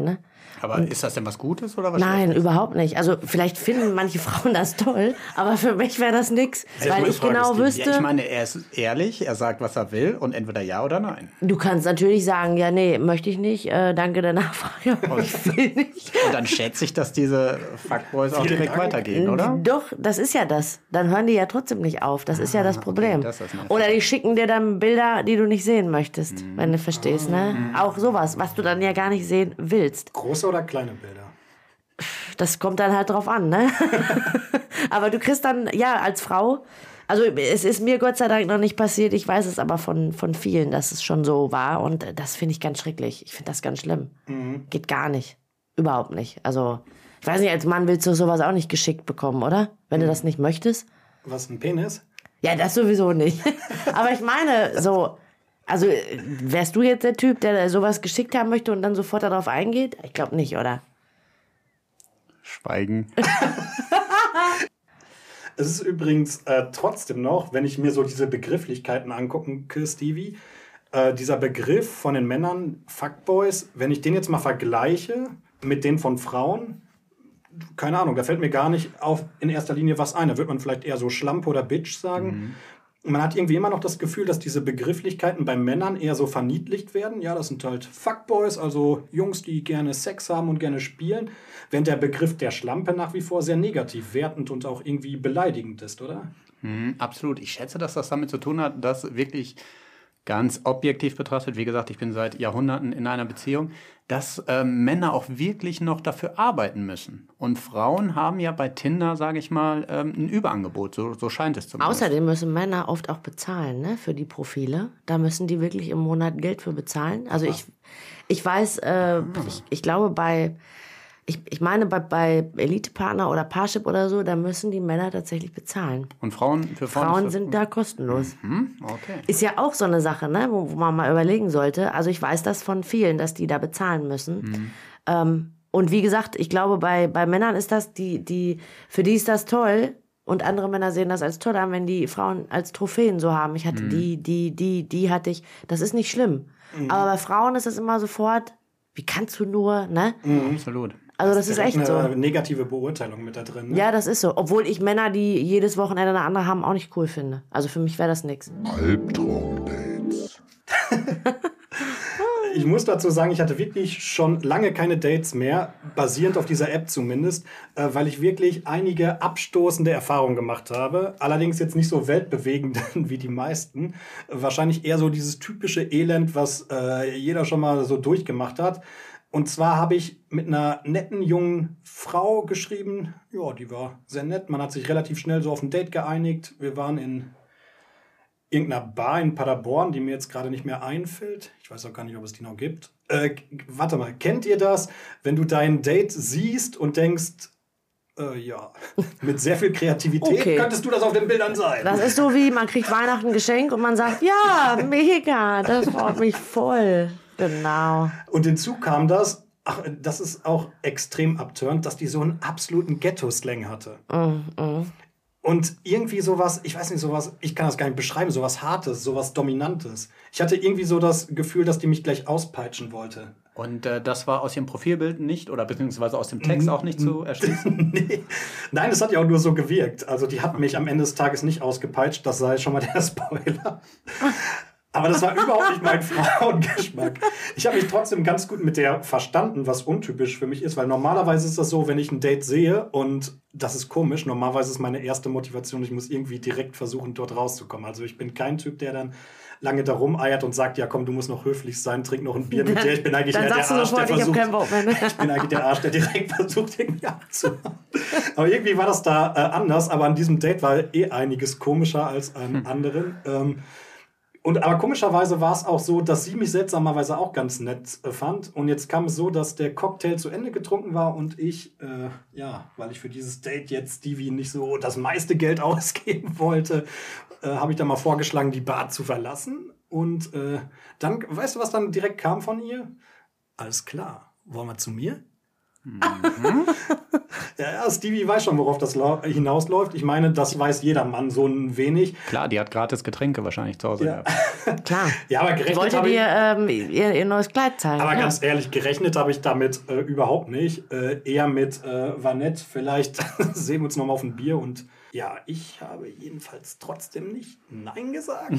Aber ist das denn was Gutes oder was Nein, Schlechtes? überhaupt nicht. Also vielleicht finden manche Frauen das toll, aber für mich wäre das nix, weil ich genau wüsste... Ja, ich meine, er ist ehrlich, er sagt, was er will und entweder ja oder nein. Du kannst natürlich sagen, ja, nee, möchte ich nicht, danke der Nachfrage, aber ich will nicht. Und dann schätze ich, dass diese Fuckboys auch direkt weitergehen, oder? Doch, das ist ja das. Dann hören die ja trotzdem nicht auf. Das ist ja das Problem. das ist nervig. Oder die schicken dir dann Bilder, die du nicht sehen möchtest, wenn du verstehst, ne? Auch sowas, was du dann ja gar nicht sehen willst. Große oder kleine Bilder? Das kommt dann halt drauf an, ne? Aber du kriegst dann, ja, als Frau, also es ist mir Gott sei Dank noch nicht passiert, ich weiß es aber von vielen, dass es schon so war und das finde ich ganz schrecklich. Ich finde das ganz schlimm. Geht gar nicht. Überhaupt nicht. Also, ich weiß nicht, als Mann willst du sowas auch nicht geschickt bekommen, oder? Wenn du das nicht möchtest. Was, ein Penis? Ja, das sowieso nicht. Aber ich meine, so, also wärst du jetzt der Typ, der sowas geschickt haben möchte und dann sofort darauf eingeht? Ich glaube nicht, oder? Schweigen. Es ist übrigens trotzdem noch, wenn ich mir so diese Begrifflichkeiten angucke, Stevie, dieser Begriff von den Männern, Fuckboys, wenn ich den jetzt mal vergleiche mit den von Frauen, keine Ahnung, da fällt mir gar nicht auf in erster Linie was ein. Da wird man vielleicht eher so Schlampe oder Bitch sagen. Und man hat irgendwie immer noch das Gefühl, dass diese Begrifflichkeiten bei Männern eher so verniedlicht werden. Ja, das sind halt Fuckboys, also Jungs, die gerne Sex haben und gerne spielen. Während der Begriff der Schlampe nach wie vor sehr negativ wertend und auch irgendwie beleidigend ist, oder? Absolut. Ich schätze, dass das damit zu tun hat, dass wirklich ganz objektiv betrachtet, wie gesagt, ich bin seit Jahrhunderten in einer Beziehung, dass Männer auch wirklich noch dafür arbeiten müssen. Und Frauen haben ja bei Tinder, sage ich mal, ein Überangebot, so scheint es zumindest. Außerdem müssen Männer oft auch bezahlen, ne, für die Profile. Da müssen die wirklich im Monat Geld für bezahlen. Also ich weiß, ich glaube ich meine, bei Elite-Partner oder Parship oder so, da müssen die Männer tatsächlich bezahlen. Und Frauen Frauen sind da kostenlos. Okay. Ist ja auch so eine Sache, ne, wo man mal überlegen sollte. Also ich weiß das von vielen, dass die da bezahlen müssen. Und wie gesagt, ich glaube, bei Männern ist das, für die ist das toll. Und andere Männer sehen das als toll an, wenn die Frauen als Trophäen so haben. Ich hatte die hatte ich. Das ist nicht schlimm. Aber bei Frauen ist das immer sofort, wie kannst du nur, ne? Absolut. Also das ist echt eine so. negative Beurteilung mit da drin. Ne? Ja, das ist so. Obwohl ich Männer, die jedes Wochenende eine andere haben, auch nicht cool finde. Also für mich wäre das nix. Albtraumdates. Ich muss dazu sagen, ich hatte wirklich schon lange keine Dates mehr, basierend auf dieser App zumindest, weil ich wirklich einige abstoßende Erfahrungen gemacht habe. Allerdings jetzt nicht so weltbewegend wie die meisten. Wahrscheinlich eher so dieses typische Elend, was jeder schon mal so durchgemacht hat. Und zwar habe ich mit einer netten jungen Frau geschrieben. Ja, die war sehr nett. Man hat sich relativ schnell so auf ein Date geeinigt. Wir waren in irgendeiner Bar in Paderborn, die mir jetzt gerade nicht mehr einfällt. Ich weiß auch gar nicht, ob es die noch gibt. Warte mal, kennt ihr das, wenn du dein Date siehst und denkst, ja, mit sehr viel Kreativität Okay. könntest du das auf den Bildern sein? Das ist so wie, man kriegt Weihnachten ein Geschenk und man sagt, ja, mega, das freut mich voll. Genau. Und hinzu kam das, das ist auch extrem abtörend, dass die so einen absoluten Ghetto-Slang hatte. Und irgendwie sowas, ich weiß nicht, sowas, ich kann das gar nicht beschreiben, sowas Hartes, sowas Dominantes. Ich hatte irgendwie so das Gefühl, dass die mich gleich auspeitschen wollte. Und das war aus ihrem Profilbild nicht oder beziehungsweise aus dem Text auch nicht zu erschließen? Nee. Nein, das hat ja auch nur so gewirkt. Also die hat mich am Ende des Tages nicht ausgepeitscht, das sei schon mal der Spoiler. Aber das war überhaupt nicht mein Frauengeschmack. Ich habe mich trotzdem ganz gut mit der verstanden, was untypisch für mich ist, weil normalerweise ist das so, wenn ich ein Date sehe und das ist komisch, normalerweise ist meine erste Motivation, ich muss irgendwie direkt versuchen, dort rauszukommen. Also ich bin kein Typ, der dann lange da rumeiert und sagt, ja komm, du musst noch höflich sein, trink noch ein Bier mit dir. Ich bin eigentlich Dann eher der sagst du Arsch, sofort, der ich hab versucht, keinen Bock mehr, ne? ich bin eigentlich der Arsch, der direkt versucht, irgendwie abzuhauen. Aber irgendwie war das da anders, aber an diesem Date war einiges komischer als an anderen. Aber komischerweise war es auch so, dass sie mich seltsamerweise auch ganz nett fand. Und jetzt kam es so, dass der Cocktail zu Ende getrunken war und ich, weil ich für dieses Date jetzt Stevie nicht so das meiste Geld ausgeben wollte, habe ich dann mal vorgeschlagen, die Bar zu verlassen. Und dann, weißt du, was dann direkt kam von ihr? Alles klar, wollen wir zu mir? Ja, Stevie weiß schon, worauf das hinausläuft. Ich meine, das weiß jeder Mann so ein wenig. Klar, die hat gratis Getränke wahrscheinlich zu Hause gehabt. Klar. Ja, aber Ich gerechnet wollte habe dir ihr neues Kleid zeigen. Aber ja. ganz ehrlich, gerechnet habe ich damit überhaupt nicht. Eher mit Vanette. Vielleicht sehen wir uns nochmal auf ein Bier. Und ja, ich habe jedenfalls trotzdem nicht Nein gesagt.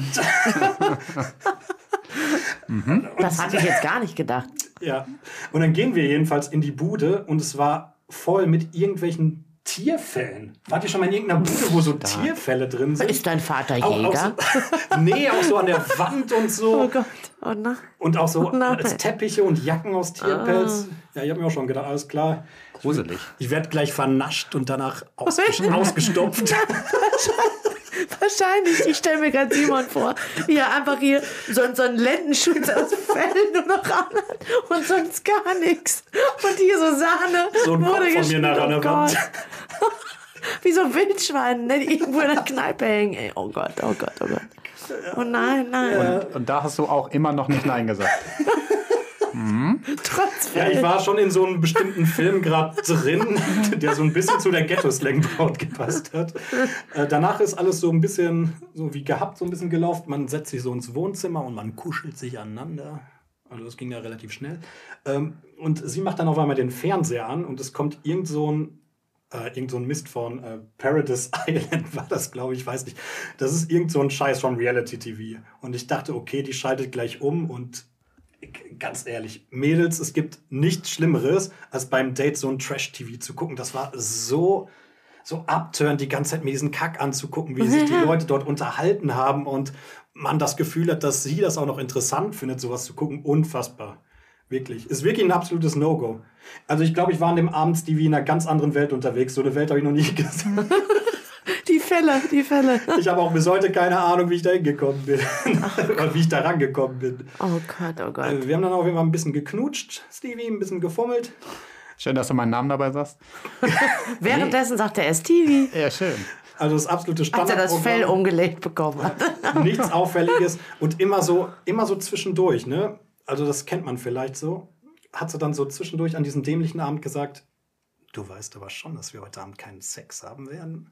Das hatte ich jetzt gar nicht gedacht. Ja. Und dann gehen wir jedenfalls in die Bude und es war voll mit irgendwelchen Tierfällen. Wart ihr schon mal in irgendeiner Bude, wo so Tierfälle drin sind? Ist dein Vater Auch Jäger? so, nee, auch so an der Wand und so. Oh Gott, oh nein. Und auch so Nein. als Teppiche und Jacken aus Tierpelz. Ja, ich habe mir auch schon gedacht, alles klar. Gruselig. Ich werde gleich vernascht und danach ausgestopft. Wahrscheinlich. Ich stelle mir gerade Simon vor, wie er einfach hier so einen Lendenschutz aus Fell nur noch anhat und sonst gar nichts. Und hier so Sahne So ein wurde Kopf von mir geschnitten. nach einer Oh Wand. Gott. Wie so Wildschweine, ne, die irgendwo in der Kneipe hängen. Ey, oh Gott, oh Gott, oh Gott. Oh nein, nein. Und da hast du auch immer noch nicht Nein gesagt. Trotz Ja, ich Fell. war schon in so einem bestimmten Film gerade drin, der so ein bisschen zu der Ghetto-Slang-Braut gepasst hat. Danach ist alles so ein bisschen, so wie gehabt, so ein bisschen gelaufen. Man setzt sich so ins Wohnzimmer und man kuschelt sich aneinander. Also das ging ja relativ schnell. Und sie macht dann auf einmal den Fernseher an und es kommt irgend so ein Mist von Paradise Island war das, glaube ich, weiß nicht. Das ist irgend so ein Scheiß von Reality TV. Und ich dachte, okay, die schaltet gleich um und ganz ehrlich, Mädels, es gibt nichts Schlimmeres, als beim Date so ein Trash-TV zu gucken. Das war so abtörend, die ganze Zeit mir diesen Kack anzugucken, wie sich die Leute dort unterhalten haben und man das Gefühl hat, dass sie das auch noch interessant findet, sowas zu gucken. Unfassbar. Wirklich. Ist wirklich ein absolutes No-Go. Also ich glaube, ich war an dem Abend, Stevie, in einer ganz anderen Welt unterwegs. So eine Welt habe ich noch nie gesehen. Die Fälle. Ich habe auch bis heute keine Ahnung, wie ich da hingekommen bin. Oder wie ich da rangekommen bin. Oh Gott, oh Gott. Wir haben dann auf jeden Fall ein bisschen geknutscht, Stevie, ein bisschen gefummelt. Schön, dass du meinen Namen dabei sagst. Währenddessen sagt er Stevie, Ja, schön. Also das absolute als er das Standardprogramm. Fell umgelegt bekommen hat. Nichts Auffälliges und immer so zwischendurch, ne? Also das kennt man vielleicht so. Hat sie dann so zwischendurch an diesem dämlichen Abend gesagt, du weißt aber schon, dass wir heute Abend keinen Sex haben werden.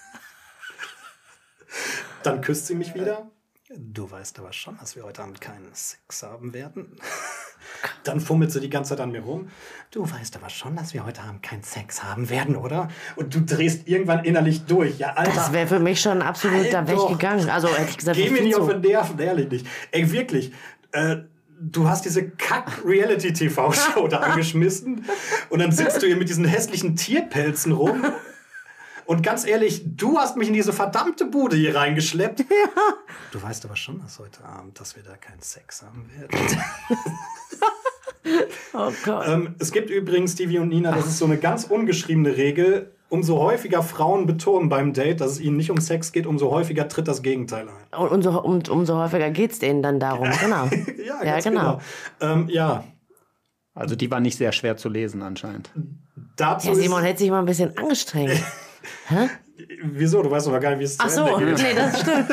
Dann küsst sie mich wieder. Du weißt aber schon, dass wir heute Abend keinen Sex haben werden. Dann fummelt sie die ganze Zeit an mir rum. Du weißt aber schon, dass wir heute Abend keinen Sex haben werden, oder? Und du drehst irgendwann innerlich durch. Ja, Alter. Das wäre für mich schon absolut da Halt doch. weggegangen. Also hätte ich gesagt, Geh mir viel nicht zu. auf den Nerven, ehrlich nicht. Ey, wirklich. Du hast diese Kack-Reality-TV-Show da angeschmissen und dann sitzt du hier mit diesen hässlichen Tierpelzen rum. Und ganz ehrlich, du hast mich in diese verdammte Bude hier reingeschleppt. Ja. Du weißt aber schon, dass heute Abend, dass wir da keinen Sex haben werden. Oh Gott. Es gibt übrigens, Stevie und Nina, das ist so eine ganz ungeschriebene Regel. Umso häufiger Frauen betonen beim Date, dass es ihnen nicht um Sex geht, umso häufiger tritt das Gegenteil ein. Und umso häufiger geht es denen dann darum. Genau. Ja, Ja, ganz genau. Ja, Also die war nicht sehr schwer zu lesen anscheinend. dazu Ja, Simon ist... hätte sich mal ein bisschen angestrengt. Wieso? Du weißt aber gar nicht, wie es Ach zu so, Ende geht. nee, das stimmt.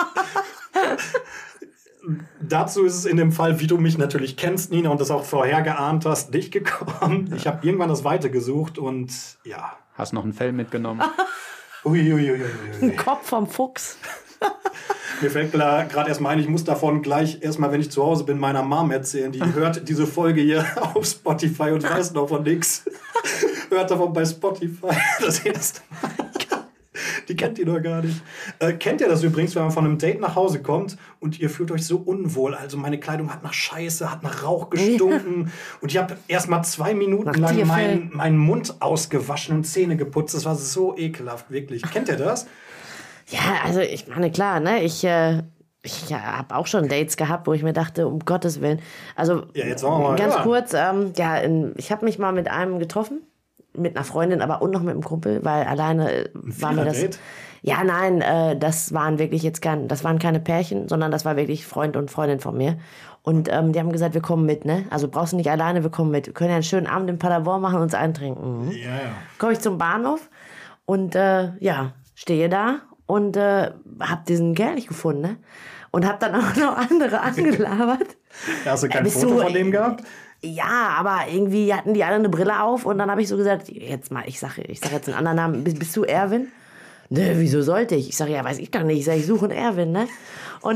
Dazu ist es in dem Fall, wie du mich natürlich kennst, Nina, und das auch vorher geahnt hast, nicht gekommen. Ich habe irgendwann das weitergesucht und ja. Hast noch ein Fell mitgenommen? Uiuiuiui. Ein Kopf vom Fuchs. Mir fällt gerade erstmal ein, ich muss davon gleich erstmal, wenn ich zu Hause bin, meiner Mom erzählen. Die hört diese Folge hier auf Spotify und weiß noch von nix. Hört davon bei Spotify das erste Mal. Die kennt die doch gar nicht. Kennt ihr das übrigens, wenn man von einem Date nach Hause kommt und ihr fühlt euch so unwohl? Also meine Kleidung hat nach Scheiße, hat nach Rauch gestunken. Und ich habe erst mal 2 Minuten Nach lang Tierfell. meinen Mund ausgewaschen und Zähne geputzt. Das war so ekelhaft, wirklich. Kennt ihr das? Ja, also ich meine, klar, ne? Ich habe auch schon Dates gehabt, wo ich mir dachte, um Gottes Willen. Also Ja, jetzt wollen wir mal ganz hören. kurz, ich habe mich mal mit einem getroffen, mit einer Freundin, aber und noch mit einem Kumpel, weil alleine war mir das... Vierer-Date? Ja, nein, das waren wirklich das waren keine Pärchen, sondern das war wirklich Freund und Freundin von mir. Und die haben gesagt, wir kommen mit, ne? Also brauchst du nicht alleine, wir kommen mit. Wir können ja einen schönen Abend in Paderborn machen und uns eintrinken. Mhm. Ja. Komme ich zum Bahnhof und stehe da und hab diesen Kerl nicht gefunden, ne? Und hab dann auch noch andere angelabert. Hast du kein Bist Foto du- von dem gehabt? Ja, aber irgendwie hatten die alle eine Brille auf und dann habe ich so gesagt, jetzt mal, ich sag jetzt einen anderen Namen, bist du Erwin? Ne, wieso sollte ich? Ich sage, ja, weiß ich doch nicht. Ich sage, ich suche einen Erwin, ne? Und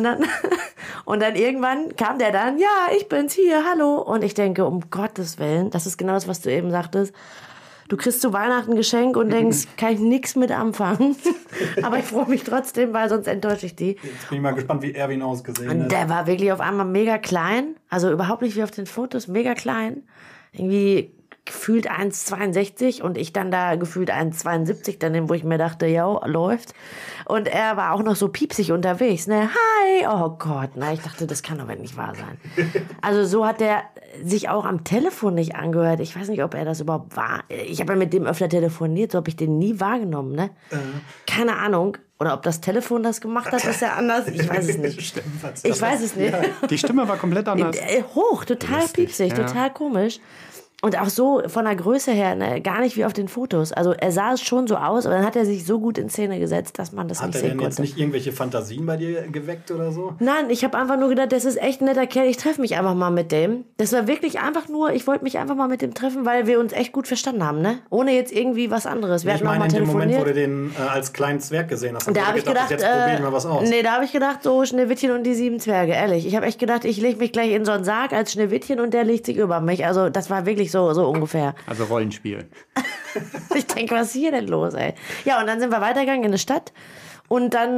dann irgendwann kam der dann, ja, ich bin's hier, hallo. Und ich denke, um Gottes Willen, das ist genau das, was du eben sagtest. Du kriegst zu Weihnachten ein Geschenk und denkst, kann ich nichts mit anfangen. Aber ich freue mich trotzdem, weil sonst enttäusche ich die. Jetzt bin ich mal gespannt, wie Erwin ausgesehen hat. Und der war wirklich auf einmal mega klein. Also überhaupt nicht wie auf den Fotos, mega klein. Irgendwie gefühlt 1,62 und ich dann da gefühlt 1,72 daneben, wo ich mir dachte, ja, läuft. Und er war auch noch so piepsig unterwegs, ne? Hi! Oh Gott, na, ich dachte, das kann doch nicht wahr sein. Also so hat er sich auch am Telefon nicht angehört. Ich weiß nicht, ob er das überhaupt war. Ich habe ja mit dem öfter telefoniert, so habe ich den nie wahrgenommen, ne? Keine Ahnung. Oder ob das Telefon das gemacht hat, ist ja anders. Ich weiß es nicht. Ich weiß es nicht. Die Stimme war komplett anders. Hoch, total Lustig, piepsig, ja. total komisch. Und auch so von der Größe her, ne, gar nicht wie auf den Fotos. Also er sah es schon so aus, aber dann hat er sich so gut in Szene gesetzt, dass man das nicht Hat er sehen denn konnte. jetzt nicht irgendwelche Fantasien bei dir geweckt oder so? Nein, ich habe einfach nur gedacht, das ist echt ein netter Kerl, ich treffe mich einfach mal mit dem. Das war wirklich einfach nur, ich wollte mich einfach mal mit dem treffen, weil wir uns echt gut verstanden haben, ne? Ohne jetzt irgendwie was anderes. Wir Ich hatten auch meine, mal in dem Moment, wo telefoniert. du den als kleinen Zwerg gesehen hast, Da habe ich gedacht, jetzt probier ich mal was aus. nee, da habe ich gedacht, so Schneewittchen und die 7 Zwerge, ehrlich. Ich habe echt gedacht, ich lege mich gleich in so einen Sarg als Schneewittchen und der legt sich über mich. Also das war wirklich so ungefähr. Also Rollenspiel. Ich denke, was ist hier denn los, ey? Ja, und dann sind wir weitergegangen in eine Stadt. Und dann,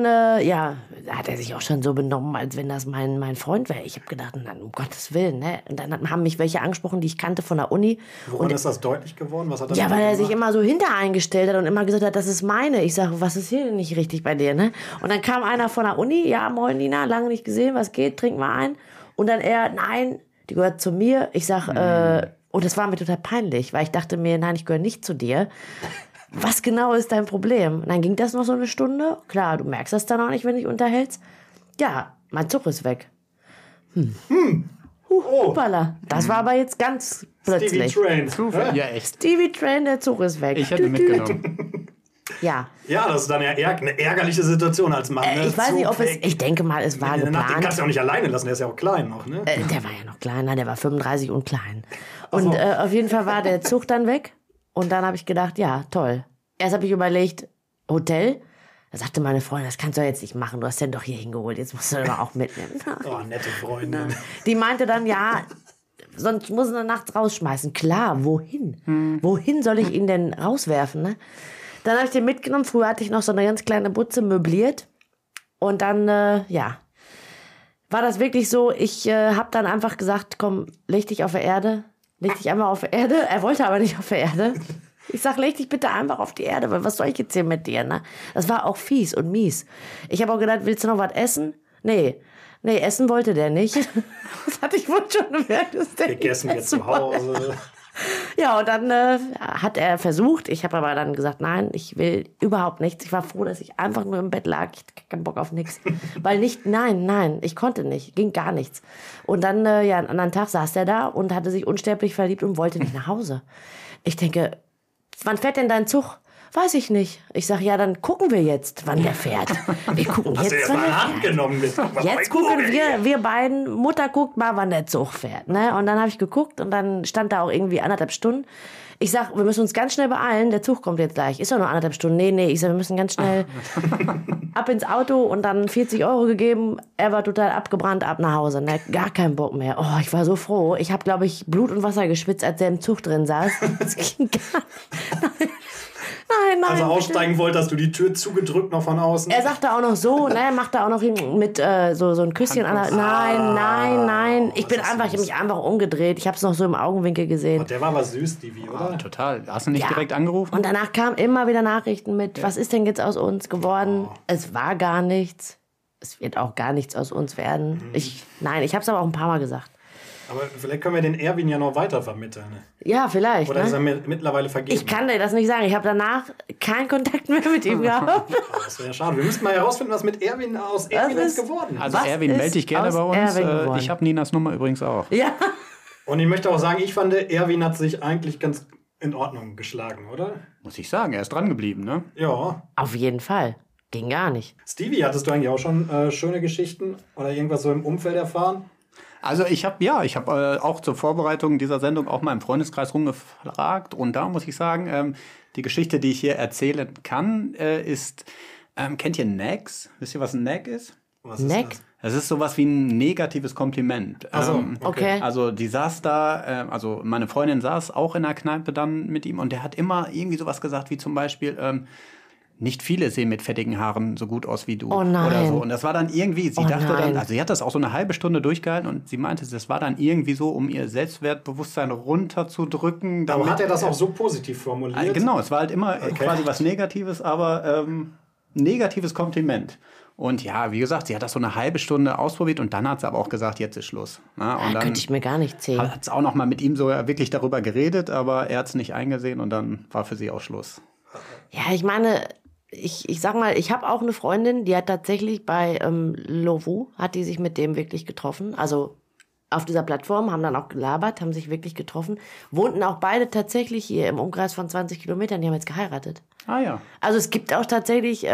hat er sich auch schon so benommen, als wenn das mein Freund wäre. Ich habe gedacht, na, um Gottes Willen, ne? Und dann haben mich welche angesprochen, die ich kannte von der Uni. Woran ist das deutlich geworden? Was hat er Ja, mit weil dir er sich gemacht? immer so hintereingestellt hat und immer gesagt hat, das ist meine. Ich sage, was ist hier denn nicht richtig bei dir, ne? Und dann kam einer von der Uni, ja, moin Nina, lange nicht gesehen, was geht, trink mal ein. Und dann er, nein, die gehört zu mir. Ich sag, und das war mir total peinlich, weil ich dachte mir, nein, ich gehöre nicht zu dir. Was genau ist dein Problem? Und dann ging das noch so eine Stunde. Klar, du merkst das dann auch nicht, wenn du dich unterhältst. Ja, mein Zug ist weg. Hoppala. Das war aber jetzt ganz plötzlich. Stevie Train. Ja, echt. Stevie Train, der Zug ist weg. Ich hätte mitgenommen. Ja. Ja, das ist dann ja eine ärgerliche Situation als Mann. Ne? Ich weiß nicht, ob es. Zug weg. Ich denke mal, es war Den kannst geplant. du auch nicht alleine lassen, der ist ja auch klein noch, ne? Der war ja noch kleiner, der war 35 und klein. Und auf jeden Fall war der Zug dann weg. Und dann habe ich gedacht, ja, toll. Erst habe ich überlegt, Hotel. Da sagte meine Freundin, das kannst du jetzt nicht machen. Du hast den doch hier hingeholt, jetzt musst du den auch mitnehmen. Oh, nette Freundin. Die meinte dann, ja, sonst muss er nachts rausschmeißen. Klar, wohin? Wohin soll ich ihn denn rauswerfen, ne? Dann habe ich den mitgenommen. Früher hatte ich noch so eine ganz kleine Butze möbliert. Und dann, war das wirklich so, ich habe dann einfach gesagt, komm, leg dich auf der Erde. Leg dich einfach auf der Erde. Er wollte aber nicht auf der Erde. Ich sag, leg dich bitte einfach auf die Erde, weil was soll ich jetzt hier mit dir, ne? Das war auch fies und mies. Ich habe auch gedacht, willst du noch was essen? Nee, essen wollte der nicht. Das hatte ich wohl schon gemerkt, dass der Gegessen nicht jetzt essen zu Hause. Ja, und dann hat er versucht. Ich habe aber dann gesagt, nein, ich will überhaupt nichts. Ich war froh, dass ich einfach nur im Bett lag. Ich hatte keinen Bock auf nichts. Weil nein, ich konnte nicht. Ging gar nichts. Und dann, einen anderen Tag saß er da und hatte sich unsterblich verliebt und wollte nicht nach Hause. Ich denke, wann fährt denn dein Zug? Weiß ich nicht. Ich sage, ja, dann gucken wir jetzt, wann der fährt. Wir gucken Hast du jetzt, erst wann mal in der die Hand fährt. genommen mit. Jetzt gucken wir beiden, Mutter guckt mal, wann der Zug fährt. Ne? Und dann habe ich geguckt und dann stand da auch irgendwie 1,5 Stunden. Ich sag, wir müssen uns ganz schnell beeilen, der Zug kommt jetzt gleich. Ist doch nur 1,5 Stunden. Nee, ich sag, wir müssen ganz schnell ab ins Auto und dann 40 € gegeben. Er war total abgebrannt, ab nach Hause. Ne? Gar keinen Bock mehr. Oh, ich war so froh. Ich habe, glaube ich, Blut und Wasser geschwitzt, als er im Zug drin saß. Das ging gar nicht. Nein. Also aussteigen wollte, hast du die Tür zugedrückt noch von außen. Er sagte auch noch so, ne, machte auch noch mit so ein Küsschen an der, nein. Ich habe mich einfach umgedreht. Ich habe es noch so im Augenwinkel gesehen. Der war aber süß, Stevie, oder? Total. Hast du nicht Ja. direkt angerufen? Und danach kamen immer wieder Nachrichten mit, was ist denn jetzt aus uns geworden? Es war gar nichts. Es wird auch gar nichts aus uns werden. Ich habe es aber auch ein paar Mal gesagt. Aber vielleicht können wir den Erwin ja noch weiter vermitteln. Ne? Ja, vielleicht. Oder ist er Ne? mittlerweile vergeben? Ich kann dir das nicht sagen. Ich habe danach keinen Kontakt mehr mit ihm gehabt. Oh, das wäre ja schade. Wir müssten mal herausfinden, was mit Erwin aus Erwin ist- jetzt geworden ist. Also Was Erwin, ist melde dich gerne aus bei uns. Erwin geworden? Ich habe Ninas Nummer übrigens auch. Ja. Und ich möchte auch sagen, ich fand, Erwin hat sich eigentlich ganz in Ordnung geschlagen, oder? Muss ich sagen, er ist dran geblieben, ne? Ja. Auf jeden Fall. Ging gar nicht. Stevie, hattest du eigentlich auch schon schöne Geschichten oder irgendwas so im Umfeld erfahren? Also ich habe auch zur Vorbereitung dieser Sendung auch mal im Freundeskreis rumgefragt. Und da muss ich sagen, die Geschichte, die ich hier erzählen kann, ist, kennt ihr Nags? Wisst ihr, was ein Nag ist? Was ist Neck? das? Es ist sowas wie ein negatives Kompliment. Ach so, Okay. Also die saß da, also meine Freundin saß auch in der Kneipe dann mit ihm und der hat immer irgendwie sowas gesagt wie zum Beispiel, nicht viele sehen mit fettigen Haaren so gut aus wie du. Oh nein. Oder so. Und das war dann irgendwie, sie dachte nein. dann, also sie hat das auch so eine halbe Stunde durchgehalten und sie meinte, das war dann irgendwie so, um ihr Selbstwertbewusstsein runterzudrücken. Aber hat er das auch so positiv formuliert? Genau, es war halt immer quasi was Negatives, aber negatives Kompliment. Und ja, wie gesagt, sie hat das so eine halbe Stunde ausprobiert und dann hat sie aber auch gesagt, jetzt ist Schluss. Na, und dann Könnte ich mir gar nicht zählen. hat es auch noch mal mit ihm so wirklich darüber geredet, aber er hat es nicht eingesehen und dann war für sie auch Schluss. Ja, ich meine, ich sag mal, ich habe auch eine Freundin, die hat tatsächlich bei Lovoo, hat die sich mit dem wirklich getroffen. Also auf dieser Plattform, haben dann auch gelabert, haben sich wirklich getroffen. Wohnten auch beide tatsächlich hier im Umkreis von 20 Kilometern. Die haben jetzt geheiratet. Ah ja. Also es gibt auch tatsächlich,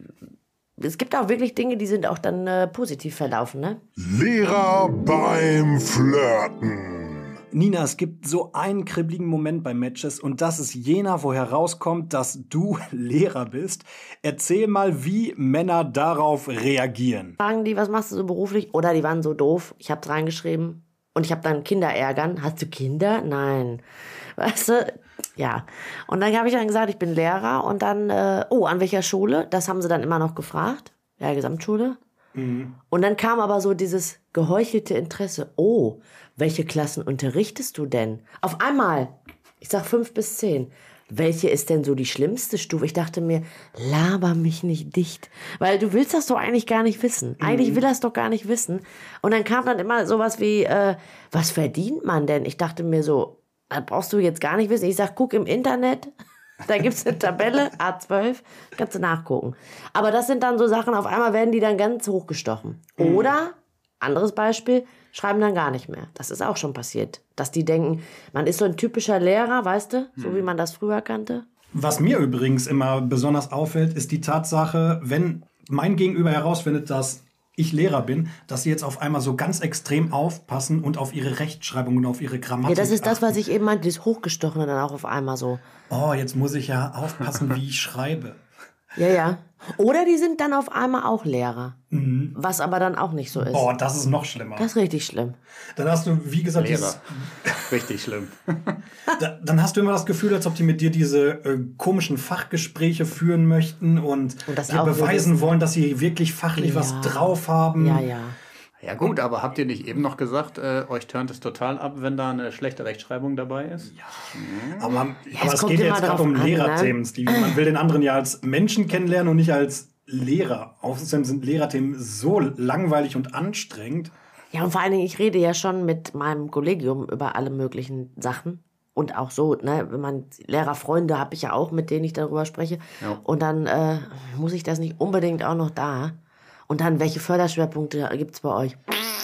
es gibt auch wirklich Dinge, die sind auch dann positiv verlaufen, ne? Lehrer beim Flirten. Nina, es gibt so einen kribbeligen Moment bei Matches und das ist jener, wo herauskommt, dass du Lehrer bist. Erzähl mal, wie Männer darauf reagieren. Fragen die, was machst du so beruflich? Oder die waren so doof, ich hab's reingeschrieben und ich hab dann Kinder ärgern. Hast du Kinder? Nein. Weißt du? Ja. Und dann habe ich dann gesagt, ich bin Lehrer und dann, an welcher Schule? Das haben sie dann immer noch gefragt. Ja, Gesamtschule. Und dann kam aber so dieses geheuchelte Interesse. Oh, welche Klassen unterrichtest du denn? Auf einmal, ich sag 5 bis 10. Welche ist denn so die schlimmste Stufe? Ich dachte mir, laber mich nicht dicht. Weil du willst das doch eigentlich gar nicht wissen. Eigentlich will das doch gar nicht wissen. Und dann kam dann immer sowas wie, was verdient man denn? Ich dachte mir so, das brauchst du jetzt gar nicht wissen. Ich sag, guck im Internet. Da gibt's eine Tabelle, A12, kannst du nachgucken. Aber das sind dann so Sachen, auf einmal werden die dann ganz hochgestochen. Oder, anderes Beispiel, schreiben dann gar nicht mehr. Das ist auch schon passiert. Dass die denken, man ist so ein typischer Lehrer, weißt du, so wie man das früher kannte. Was mir übrigens immer besonders auffällt, ist die Tatsache, wenn mein Gegenüber herausfindet, dass ich Lehrer bin, dass sie jetzt auf einmal so ganz extrem aufpassen und auf ihre Rechtschreibung und auf ihre Grammatik Ja, das ist das, achten. was ich eben meinte, das Hochgestochene dann auch auf einmal so. Oh, jetzt muss ich ja aufpassen, wie ich schreibe. Ja, ja. Oder die sind dann auf einmal auch Lehrer. Was aber dann auch nicht so ist. Oh, das ist noch schlimmer. Das ist richtig schlimm. Dann hast du, wie gesagt, Lehrer. Richtig schlimm. dann hast du immer das Gefühl, als ob die mit dir diese komischen Fachgespräche führen möchten und das dir auch beweisen wissen. wollen, dass sie wirklich fachlich was drauf haben. Ja, ja. Ja gut, aber habt ihr nicht eben noch gesagt, euch turnt es total ab, wenn da eine schlechte Rechtschreibung dabei ist? Aber es es kommt geht immer jetzt gerade drauf um an, Lehrerthemen. Stevie. Man will den anderen ja als Menschen kennenlernen und nicht als Lehrer. Außerdem sind Lehrerthemen so langweilig und anstrengend. Ja, und vor allen Dingen, ich rede ja schon mit meinem Kollegium über alle möglichen Sachen. Und auch so, ne, wenn man Lehrerfreunde habe ich ja auch, mit denen ich darüber spreche. Ja. Und dann muss ich das nicht unbedingt auch noch da. Und dann, welche Förderschwerpunkte gibt's bei euch?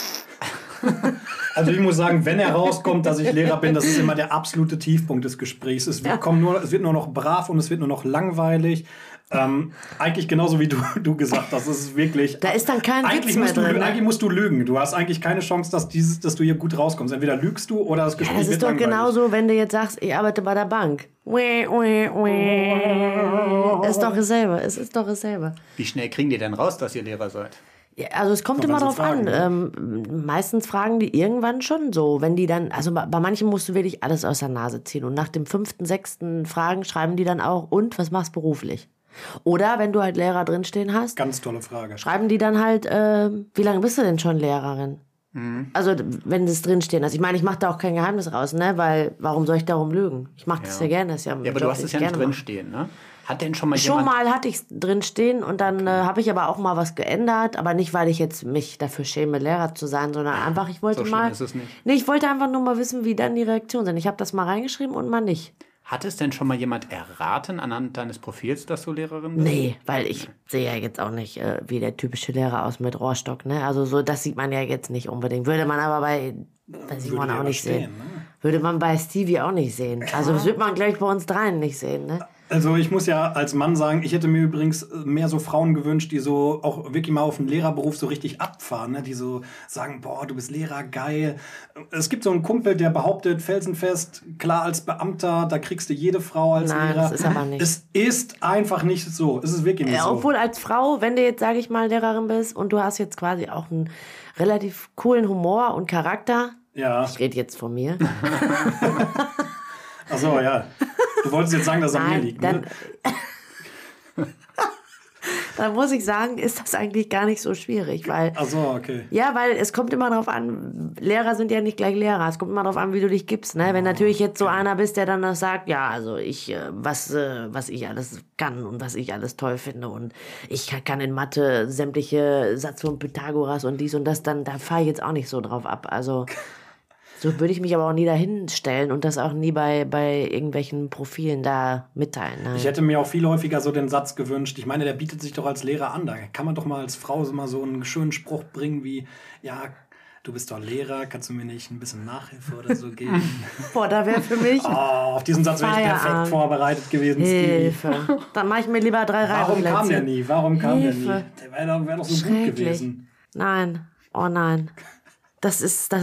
Also ich muss sagen, wenn herauskommt, dass ich Lehrer bin, das ist immer der absolute Tiefpunkt des Gesprächs. Es wird nur noch brav und es wird nur noch langweilig. Eigentlich genauso wie du gesagt hast, es ist wirklich... Da ist dann kein Witz mehr drin. Eigentlich musst du lügen. Du hast eigentlich keine Chance, dass du hier gut rauskommst. Entweder lügst du oder das Gespräch Das wird ist doch langweilig. genauso, wenn du jetzt sagst, ich arbeite bei der Bank. Ist doch dasselbe. Es ist doch dasselbe. Wie schnell kriegen die denn raus, dass ihr Lehrer seid? Ja, also es kommt Noch immer wenn drauf sie fragen, an. Meistens fragen die irgendwann schon so. Wenn die dann, also bei manchen musst du wirklich alles aus der Nase ziehen. Und nach dem 5., 6. Fragen schreiben die dann auch, und was machst du beruflich? Oder wenn du halt Lehrer drinstehen hast, Ganz tolle Frage. schreiben die dann halt, wie lange bist du denn schon Lehrerin? Also wenn das drinstehen. Also ich meine, ich mache da auch kein Geheimnis raus, ne? Weil warum soll ich darum lügen? Ich mache das ja gerne. Das ist ja, Ja, aber du hast es ja nicht drinstehen, ne? Hat denn schon mal Schon jemand... mal hatte ich es drinstehen und dann habe ich aber auch mal was geändert. Aber nicht, weil ich jetzt mich dafür schäme, Lehrer zu sein, sondern einfach, ich wollte so schlimm mal... ist es nicht. Nee, ich wollte einfach nur mal wissen, wie dann die Reaktionen sind. Ich habe das mal reingeschrieben und mal nicht. Hat es denn schon mal jemand erraten anhand deines Profils, dass du Lehrerin bist? Nee, weil ich sehe ja jetzt auch nicht wie der typische Lehrer aus mit Rohrstock, ne? Also so, das sieht man ja jetzt nicht unbedingt. Würde man aber bei Simon Würde dir auch aber nicht stehen, sehen. ne? Würde man bei Stevie auch nicht sehen. Also das wird man gleich bei uns dreien nicht sehen, ne? Also ich muss ja als Mann sagen, ich hätte mir übrigens mehr so Frauen gewünscht, die so auch wirklich mal auf den Lehrerberuf so richtig abfahren, ne? Die so sagen, boah, du bist Lehrer, geil. Es gibt so einen Kumpel, der behauptet, felsenfest, klar als Beamter, da kriegst du jede Frau als Nein, Lehrer. das ist aber nicht. Es ist einfach nicht so. Es ist wirklich nicht so. Obwohl als Frau, wenn du jetzt, sage ich mal, Lehrerin bist und du hast jetzt quasi auch einen relativ coolen Humor und Charakter. Ja. Ich rede jetzt von mir. Ach so, ja. Du wolltest jetzt sagen, dass es an mir liegt, ne? Dann muss ich sagen, ist das eigentlich gar nicht so schwierig, weil... Ach so, okay. Ja, weil es kommt immer darauf an, Lehrer sind ja nicht gleich Lehrer, es kommt immer darauf an, wie du dich gibst, ne? Wenn natürlich jetzt so einer bist, der dann noch sagt, ja, also ich, was ich alles kann und was ich alles toll finde und ich kann in Mathe sämtliche Satz von Pythagoras und dies und das, dann da fahre ich jetzt auch nicht so drauf ab, also... So würde ich mich aber auch nie dahin stellen und das auch nie bei irgendwelchen Profilen da mitteilen. Ne? Ich hätte mir auch viel häufiger so den Satz gewünscht. Ich meine, der bietet sich doch als Lehrer an. Da kann man doch mal als Frau mal so einen schönen Spruch bringen wie, ja, du bist doch Lehrer, kannst du mir nicht ein bisschen Nachhilfe oder so geben? Boah, da wäre für mich auf diesen Satz wäre ich perfekt vorbereitet gewesen, Hilfe. Stevie. Dann mache ich mir lieber 3 Reifenplätze. Warum kam der nie? Warum kam der Hilfe. nie? Der wäre doch so gut gewesen. Nein, oh nein. Was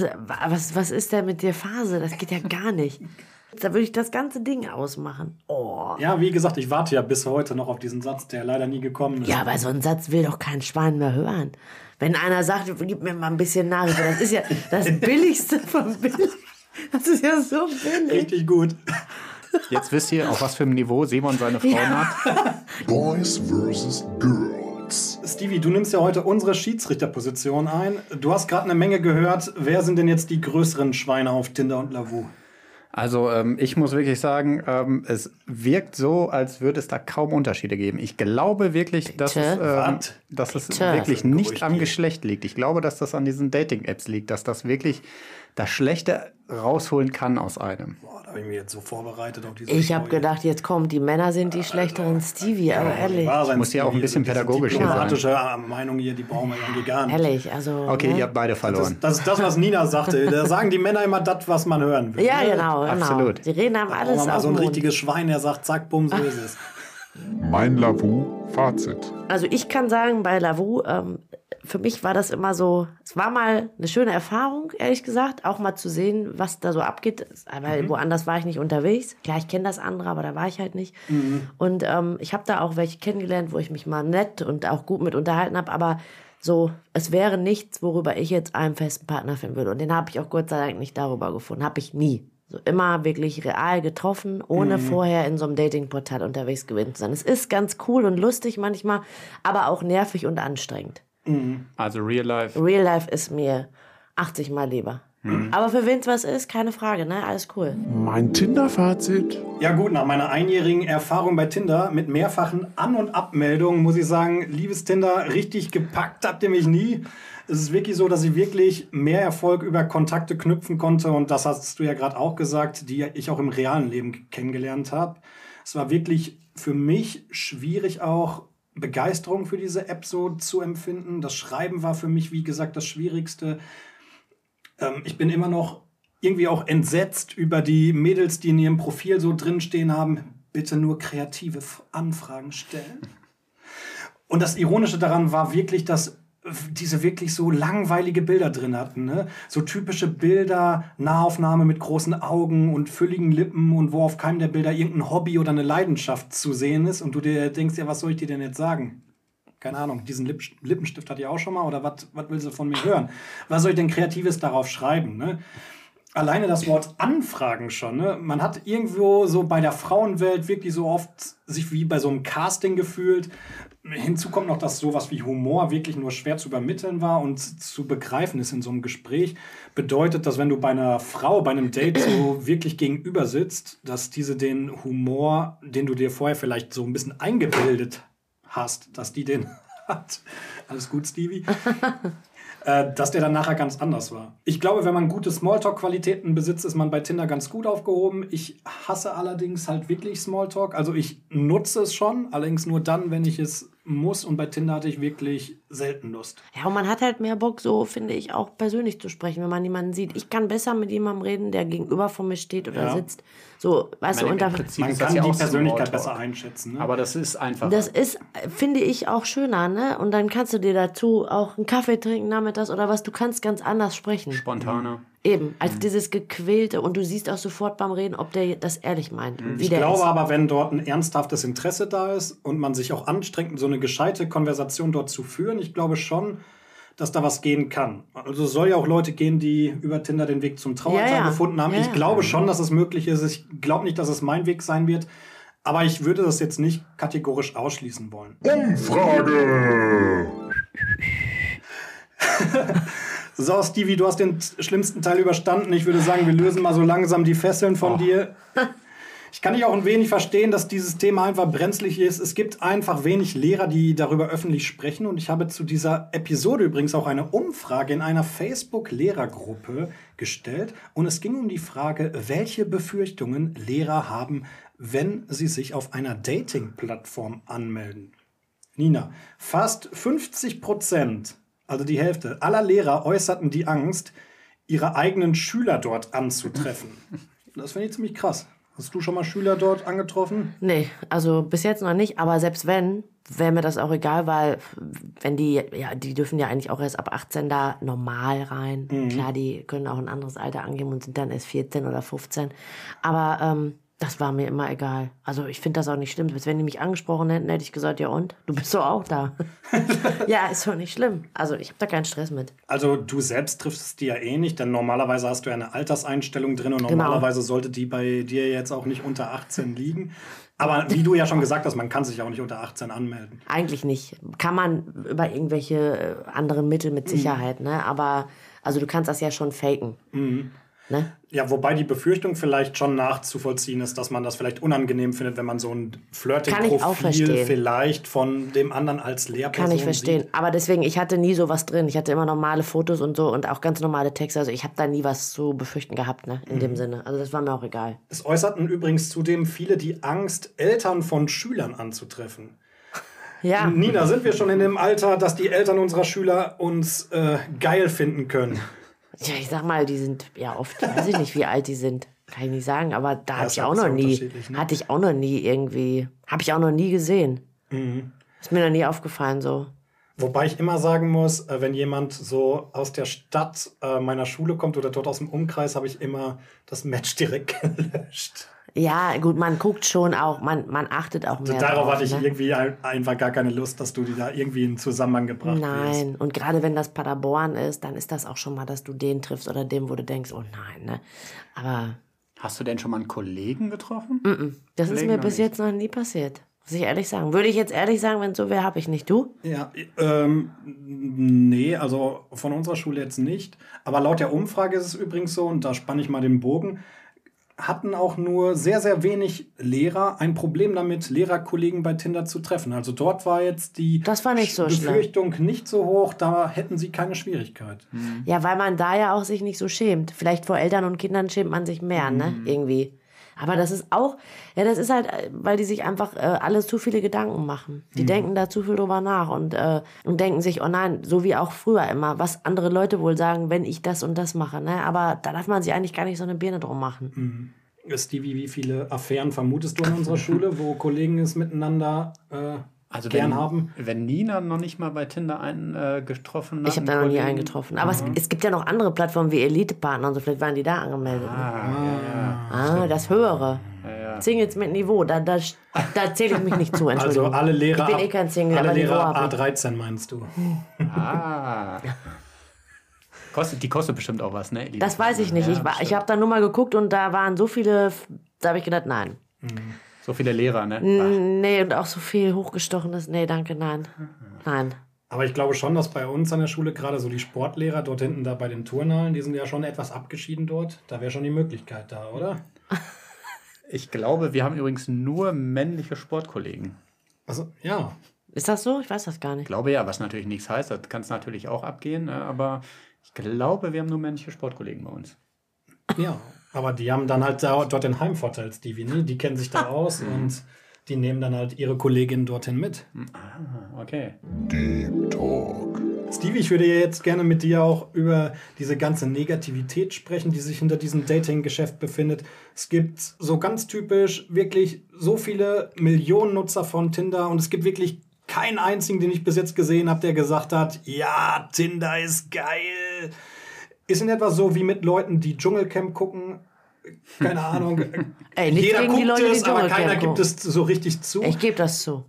ist denn mit dir Phase? Das geht ja gar nicht. Da würde ich das ganze Ding ausmachen. Oh. Ja, wie gesagt, ich warte ja bis heute noch auf diesen Satz, der leider nie gekommen ist. Ja, aber so einen Satz will doch kein Schwein mehr hören. Wenn einer sagt, gib mir mal ein bisschen Nachhilfe, das ist ja das Billigste von billig. Das ist ja so billig. Richtig gut. Jetzt wisst ihr, auf was für einem Niveau Simon seine Frauen hat. Boys vs. Girls. Stevie, du nimmst ja heute unsere Schiedsrichterposition ein. Du hast gerade eine Menge gehört. Wer sind denn jetzt die größeren Schweine auf Tinder und Lavu? Also ich muss wirklich sagen, es wirkt so, als würde es da kaum Unterschiede geben. Ich glaube wirklich, dass es wirklich nicht am Geschlecht liegt. Ich glaube, dass das an diesen Dating-Apps liegt, dass das wirklich das Schlechte rausholen kann aus einem. Boah, da habe ich mich jetzt so vorbereitet auf diese Ich habe Story. gedacht, jetzt kommt, die Männer sind die schlechteren Stevie, aber ehrlich. Muss ja auch ein bisschen pädagogisch sein. Diplomatische Meinung hier, die brauchen wir irgendwie gar nicht. Ehrlich, also. Okay, ne? ihr habt beide verloren. Das ist das, was Nina sagte. Da sagen die Männer immer das, was man hören will. Ja, genau. Absolut. Die reden einem alles Brauchen wir mal auf so ein den Mund. richtiges Schwein, der sagt, zack, bumm, so ist es. Mein Lavu-Fazit. Also ich kann sagen, bei Lavu, für mich war das immer so, es war mal eine schöne Erfahrung, ehrlich gesagt, auch mal zu sehen, was da so abgeht, weil woanders war ich nicht unterwegs. Klar, ich kenne das andere, aber da war ich halt nicht. Und ich habe da auch welche kennengelernt, wo ich mich mal nett und auch gut mit unterhalten habe, aber so, es wäre nichts, worüber ich jetzt einen festen Partner finden würde. Und den habe ich auch Gott sei Dank nicht darüber gefunden, habe ich nie. So immer wirklich real getroffen, ohne vorher in so einem Datingportal unterwegs gewesen zu sein. Es ist ganz cool und lustig manchmal, aber auch nervig und anstrengend. Also Real Life. Real Life ist mir 80 Mal lieber. Aber für wen es was ist, keine Frage, ne? Alles cool. Mein Tinder-Fazit. Ja gut, nach meiner einjährigen Erfahrung bei Tinder mit mehrfachen An- und Abmeldungen muss ich sagen, liebes Tinder, richtig gepackt habt ihr mich nie. Es ist wirklich so, dass ich wirklich mehr Erfolg über Kontakte knüpfen konnte und das hast du ja gerade auch gesagt, die ich auch im realen Leben kennengelernt habe. Es war wirklich für mich schwierig auch Begeisterung für diese App so zu empfinden. Das Schreiben war für mich, wie gesagt, das Schwierigste. Ich bin immer noch irgendwie auch entsetzt über die Mädels, die in ihrem Profil so drinstehen haben, bitte nur kreative Anfragen stellen. Und das Ironische daran war wirklich, dass diese wirklich so langweilige Bilder drin hatten. Ne? So typische Bilder, Nahaufnahme mit großen Augen und fülligen Lippen und wo auf keinem der Bilder irgendein Hobby oder eine Leidenschaft zu sehen ist. Und du dir denkst, ja, was soll ich dir denn jetzt sagen? Keine Ahnung, diesen Lippenstift hatte ich auch schon mal oder was will sie von mir hören? Was soll ich denn Kreatives darauf schreiben? Ne? Alleine das Wort Anfragen schon. Ne? Man hat irgendwo so bei der Frauenwelt wirklich so oft sich wie bei so einem Casting gefühlt. Hinzu kommt noch, dass sowas wie Humor wirklich nur schwer zu übermitteln war und zu begreifen ist in so einem Gespräch. Bedeutet, dass wenn du bei einer Frau, bei einem Date so wirklich gegenüber sitzt, dass diese den Humor, den du dir vorher vielleicht so ein bisschen eingebildet hast, dass die den hat. Alles gut, Stevie? dass der dann nachher ganz anders war. Ich glaube, wenn man gute Smalltalk-Qualitäten besitzt, ist man bei Tinder ganz gut aufgehoben. Ich hasse allerdings halt wirklich Smalltalk. Also ich nutze es schon, allerdings nur dann, wenn ich es muss. Und bei Tinder hatte ich wirklich selten Lust. Ja, und man hat halt mehr Bock, so finde ich, auch persönlich zu sprechen, wenn man jemanden sieht. Ich kann besser mit jemandem reden, der gegenüber von mir steht oder sitzt. So, weißt du, Im unter... Prinzip Man ist das kann ja die auch Persönlichkeit Smalltalk. besser einschätzen. Ne? Aber das ist einfach. Das ist, finde ich, auch schöner, ne? Und dann kannst du dir dazu auch einen Kaffee trinken nachmittags oder was. Du kannst ganz anders sprechen. spontaner. Eben, als dieses Gequälte. Und du siehst auch sofort beim Reden, ob der das ehrlich meint. Und wie Ich der glaube ist. aber, wenn dort ein ernsthaftes Interesse da ist und man sich auch anstrengt, so eine gescheite Konversation dort zu führen, ich glaube schon, dass da was gehen kann. Also es soll ja auch Leute gehen, die über Tinder den Weg zum Traualtar Ja. gefunden haben. Ja, Ich ja. glaube schon, dass es möglich ist. Ich glaube nicht, dass es mein Weg sein wird. Aber ich würde das jetzt nicht kategorisch ausschließen wollen. Umfrage! So, Stevie, du hast den schlimmsten Teil überstanden. Ich würde sagen, wir lösen mal so langsam die Fesseln von dir. Ich kann dich auch ein wenig verstehen, dass dieses Thema einfach brenzlig ist. Es gibt einfach wenig Lehrer, die darüber öffentlich sprechen. Und ich habe zu dieser Episode übrigens auch eine Umfrage in einer Facebook-Lehrergruppe gestellt. Und es ging um die Frage, welche Befürchtungen Lehrer haben, wenn sie sich auf einer Dating-Plattform anmelden. Nina, fast 50%, also die Hälfte aller Lehrer äußerten die Angst, ihre eigenen Schüler dort anzutreffen. Das finde ich ziemlich krass. Hast du schon mal Schüler dort angetroffen? Nee, also bis jetzt noch nicht. Aber selbst wenn, wäre mir das auch egal, weil wenn die dürfen ja eigentlich auch erst ab 18 da normal rein. Klar, die können auch ein anderes Alter angeben und sind dann erst 14 oder 15. Aber das war mir immer egal. Also ich finde das auch nicht schlimm. Wenn die mich angesprochen hätten, hätte ich gesagt, ja und? Du bist doch auch da. Ja, ist doch nicht schlimm. Also ich habe da keinen Stress mit. Also du selbst triffst es dir ja eh nicht, denn normalerweise hast du ja eine Alterseinstellung drin und normalerweise sollte die bei dir jetzt auch nicht unter 18 liegen. Aber wie du ja schon gesagt hast, man kann sich auch nicht unter 18 anmelden. Eigentlich nicht. Kann man über irgendwelche anderen Mittel mit Sicherheit, ne? Aber also du kannst das ja schon faken. Ne? Ja, wobei die Befürchtung vielleicht schon nachzuvollziehen ist, dass man das vielleicht unangenehm findet, wenn man so ein Kann ich auch Flirting-Profil verstehen. vielleicht von dem anderen als Lehrperson Kann ich verstehen. sieht. Aber deswegen, ich hatte nie sowas drin. Ich hatte immer normale Fotos und so und auch ganz normale Texte. Also ich habe da nie was zu befürchten gehabt, ne? In dem Sinne. Also das war mir auch egal. Es äußerten übrigens zudem viele die Angst, Eltern von Schülern anzutreffen. Ja. Nina, sind wir schon in dem Alter, dass die Eltern unserer Schüler uns geil finden können? Ja, ich sag mal, die sind ja oft, weiß ich nicht, wie alt die sind. Kann ich nicht sagen, aber da hatte ist ich halt auch sehr noch nie, unterschiedlich, ne? hatte ich auch noch nie irgendwie, habe ich auch noch nie gesehen. Ist mir noch nie aufgefallen so. Wobei ich immer sagen muss, wenn jemand so aus der Stadt meiner Schule kommt oder dort aus dem Umkreis, habe ich immer das Match direkt gelöscht. Ja, gut, man guckt schon auch, man achtet auch mehr Darauf drauf, hatte ich ne? irgendwie einfach gar keine Lust, dass du die da irgendwie in Zusammenhang gebracht wirst. Nein, und gerade wenn das Paderborn ist, dann ist das auch schon mal, dass du den triffst oder dem, wo du denkst, oh nein, ne? Aber Hast du denn schon mal einen Kollegen getroffen? das ist Kollegen mir noch bis nicht. jetzt noch nie passiert. Muss ich ehrlich sagen. Würde ich jetzt ehrlich sagen, wenn es so wäre, habe ich nicht. Du? Ja, nee, also von unserer Schule jetzt nicht. Aber laut der Umfrage ist es übrigens so, und da spanne ich mal den Bogen, hatten auch nur sehr, sehr wenig Lehrer ein Problem damit, Lehrerkollegen bei Tinder zu treffen. Also dort war jetzt die Das war nicht so schlimm. Befürchtung nicht so hoch, da hätten sie keine Schwierigkeit. Ja, weil man da ja auch sich nicht so schämt. Vielleicht vor Eltern und Kindern schämt man sich mehr, ne? Irgendwie. Aber das ist auch, ja, das ist halt, weil die sich einfach alle zu viele Gedanken machen. Die denken da zu viel drüber nach und denken sich, oh nein, so wie auch früher immer, was andere Leute wohl sagen, wenn ich das und das mache, ne? Aber da darf man sich eigentlich gar nicht so eine Birne drum machen. Stevie, wie viele Affären vermutest du in unserer Schule, wo Kollegen es miteinander Also gern haben? wenn Nina noch nicht mal bei Tinder einen getroffen hat. Ich habe da noch nie einen getroffen. Aber es gibt ja noch andere Plattformen wie Elite-Partner und so, vielleicht waren die da angemeldet. Das Höhere. Singles mit Niveau, da zähle ich mich nicht zu, Also Entschuldigung. alle Lehrer, Ich bin eh kein Single, alle aber Niveau Lehrer habe ich. A13 meinst du? Die kostet bestimmt auch was, ne? Elite? Das weiß ich nicht. Ich habe da nur mal geguckt und da waren so viele, da habe ich gedacht, nein. So viele Lehrer, ne? Nee, und auch so viel hochgestochenes, nee, danke, nein. Nein. Aber ich glaube schon, dass bei uns an der Schule gerade so die Sportlehrer dort hinten da bei den Turnhallen, die sind ja schon etwas abgeschieden dort. Da wäre schon die Möglichkeit da, oder? Ich glaube, wir haben übrigens nur männliche Sportkollegen. Also, ja. Ist das so? Ich weiß das gar Ich nicht. glaube ja, was natürlich nichts heißt. Das kann es natürlich auch abgehen. Ne? Aber ich glaube, wir haben nur männliche Sportkollegen bei uns. Ja, aber die haben dann halt dort den Heimvorteil, Stevie, ne? Die kennen sich da aus und die nehmen dann halt ihre Kollegin dorthin mit. Okay. Deep Talk. Stevie, ich würde jetzt gerne mit dir auch über diese ganze Negativität sprechen, die sich hinter diesem Dating-Geschäft befindet. Es gibt so ganz typisch wirklich so viele Millionen Nutzer von Tinder und es gibt wirklich keinen einzigen, den ich bis jetzt gesehen habe, der gesagt hat, ja, Tinder ist geil. Ist in etwa so wie mit Leuten, die Dschungelcamp gucken. Keine Ahnung. Ey, nichts Jeder gegen die guckt Leute, die es, aber Dschungelcamp keiner gibt gucken. es so richtig zu. Ich gebe das zu.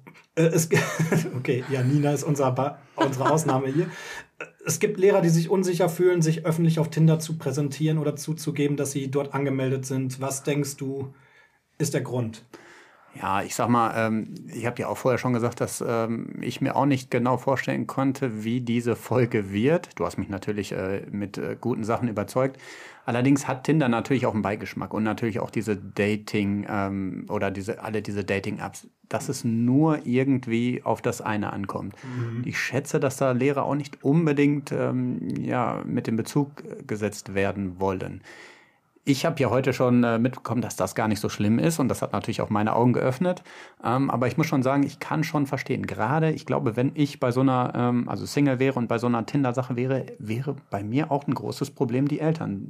Okay, ja, Nina ist unsere Ausnahme hier. Es gibt Lehrer, die sich unsicher fühlen, sich öffentlich auf Tinder zu präsentieren oder zuzugeben, dass sie dort angemeldet sind. Was denkst du, ist der Grund? Ja, ich sag mal, ich habe ja auch vorher schon gesagt, dass ich mir auch nicht genau vorstellen konnte, wie diese Folge wird. Du hast mich natürlich mit guten Sachen überzeugt. Allerdings hat Tinder natürlich auch einen Beigeschmack und natürlich auch diese Dating oder alle diese Dating-Apps, dass es nur irgendwie auf das eine ankommt. Ich schätze, dass da Lehrer auch nicht unbedingt mit in Bezug gesetzt werden wollen. Ich habe ja heute schon mitbekommen, dass das gar nicht so schlimm ist und das hat natürlich auch meine Augen geöffnet. Aber ich muss schon sagen, ich kann schon verstehen. Gerade, ich glaube, wenn ich bei so einer, also Single wäre und bei so einer Tinder-Sache wäre bei mir auch ein großes Problem, die Eltern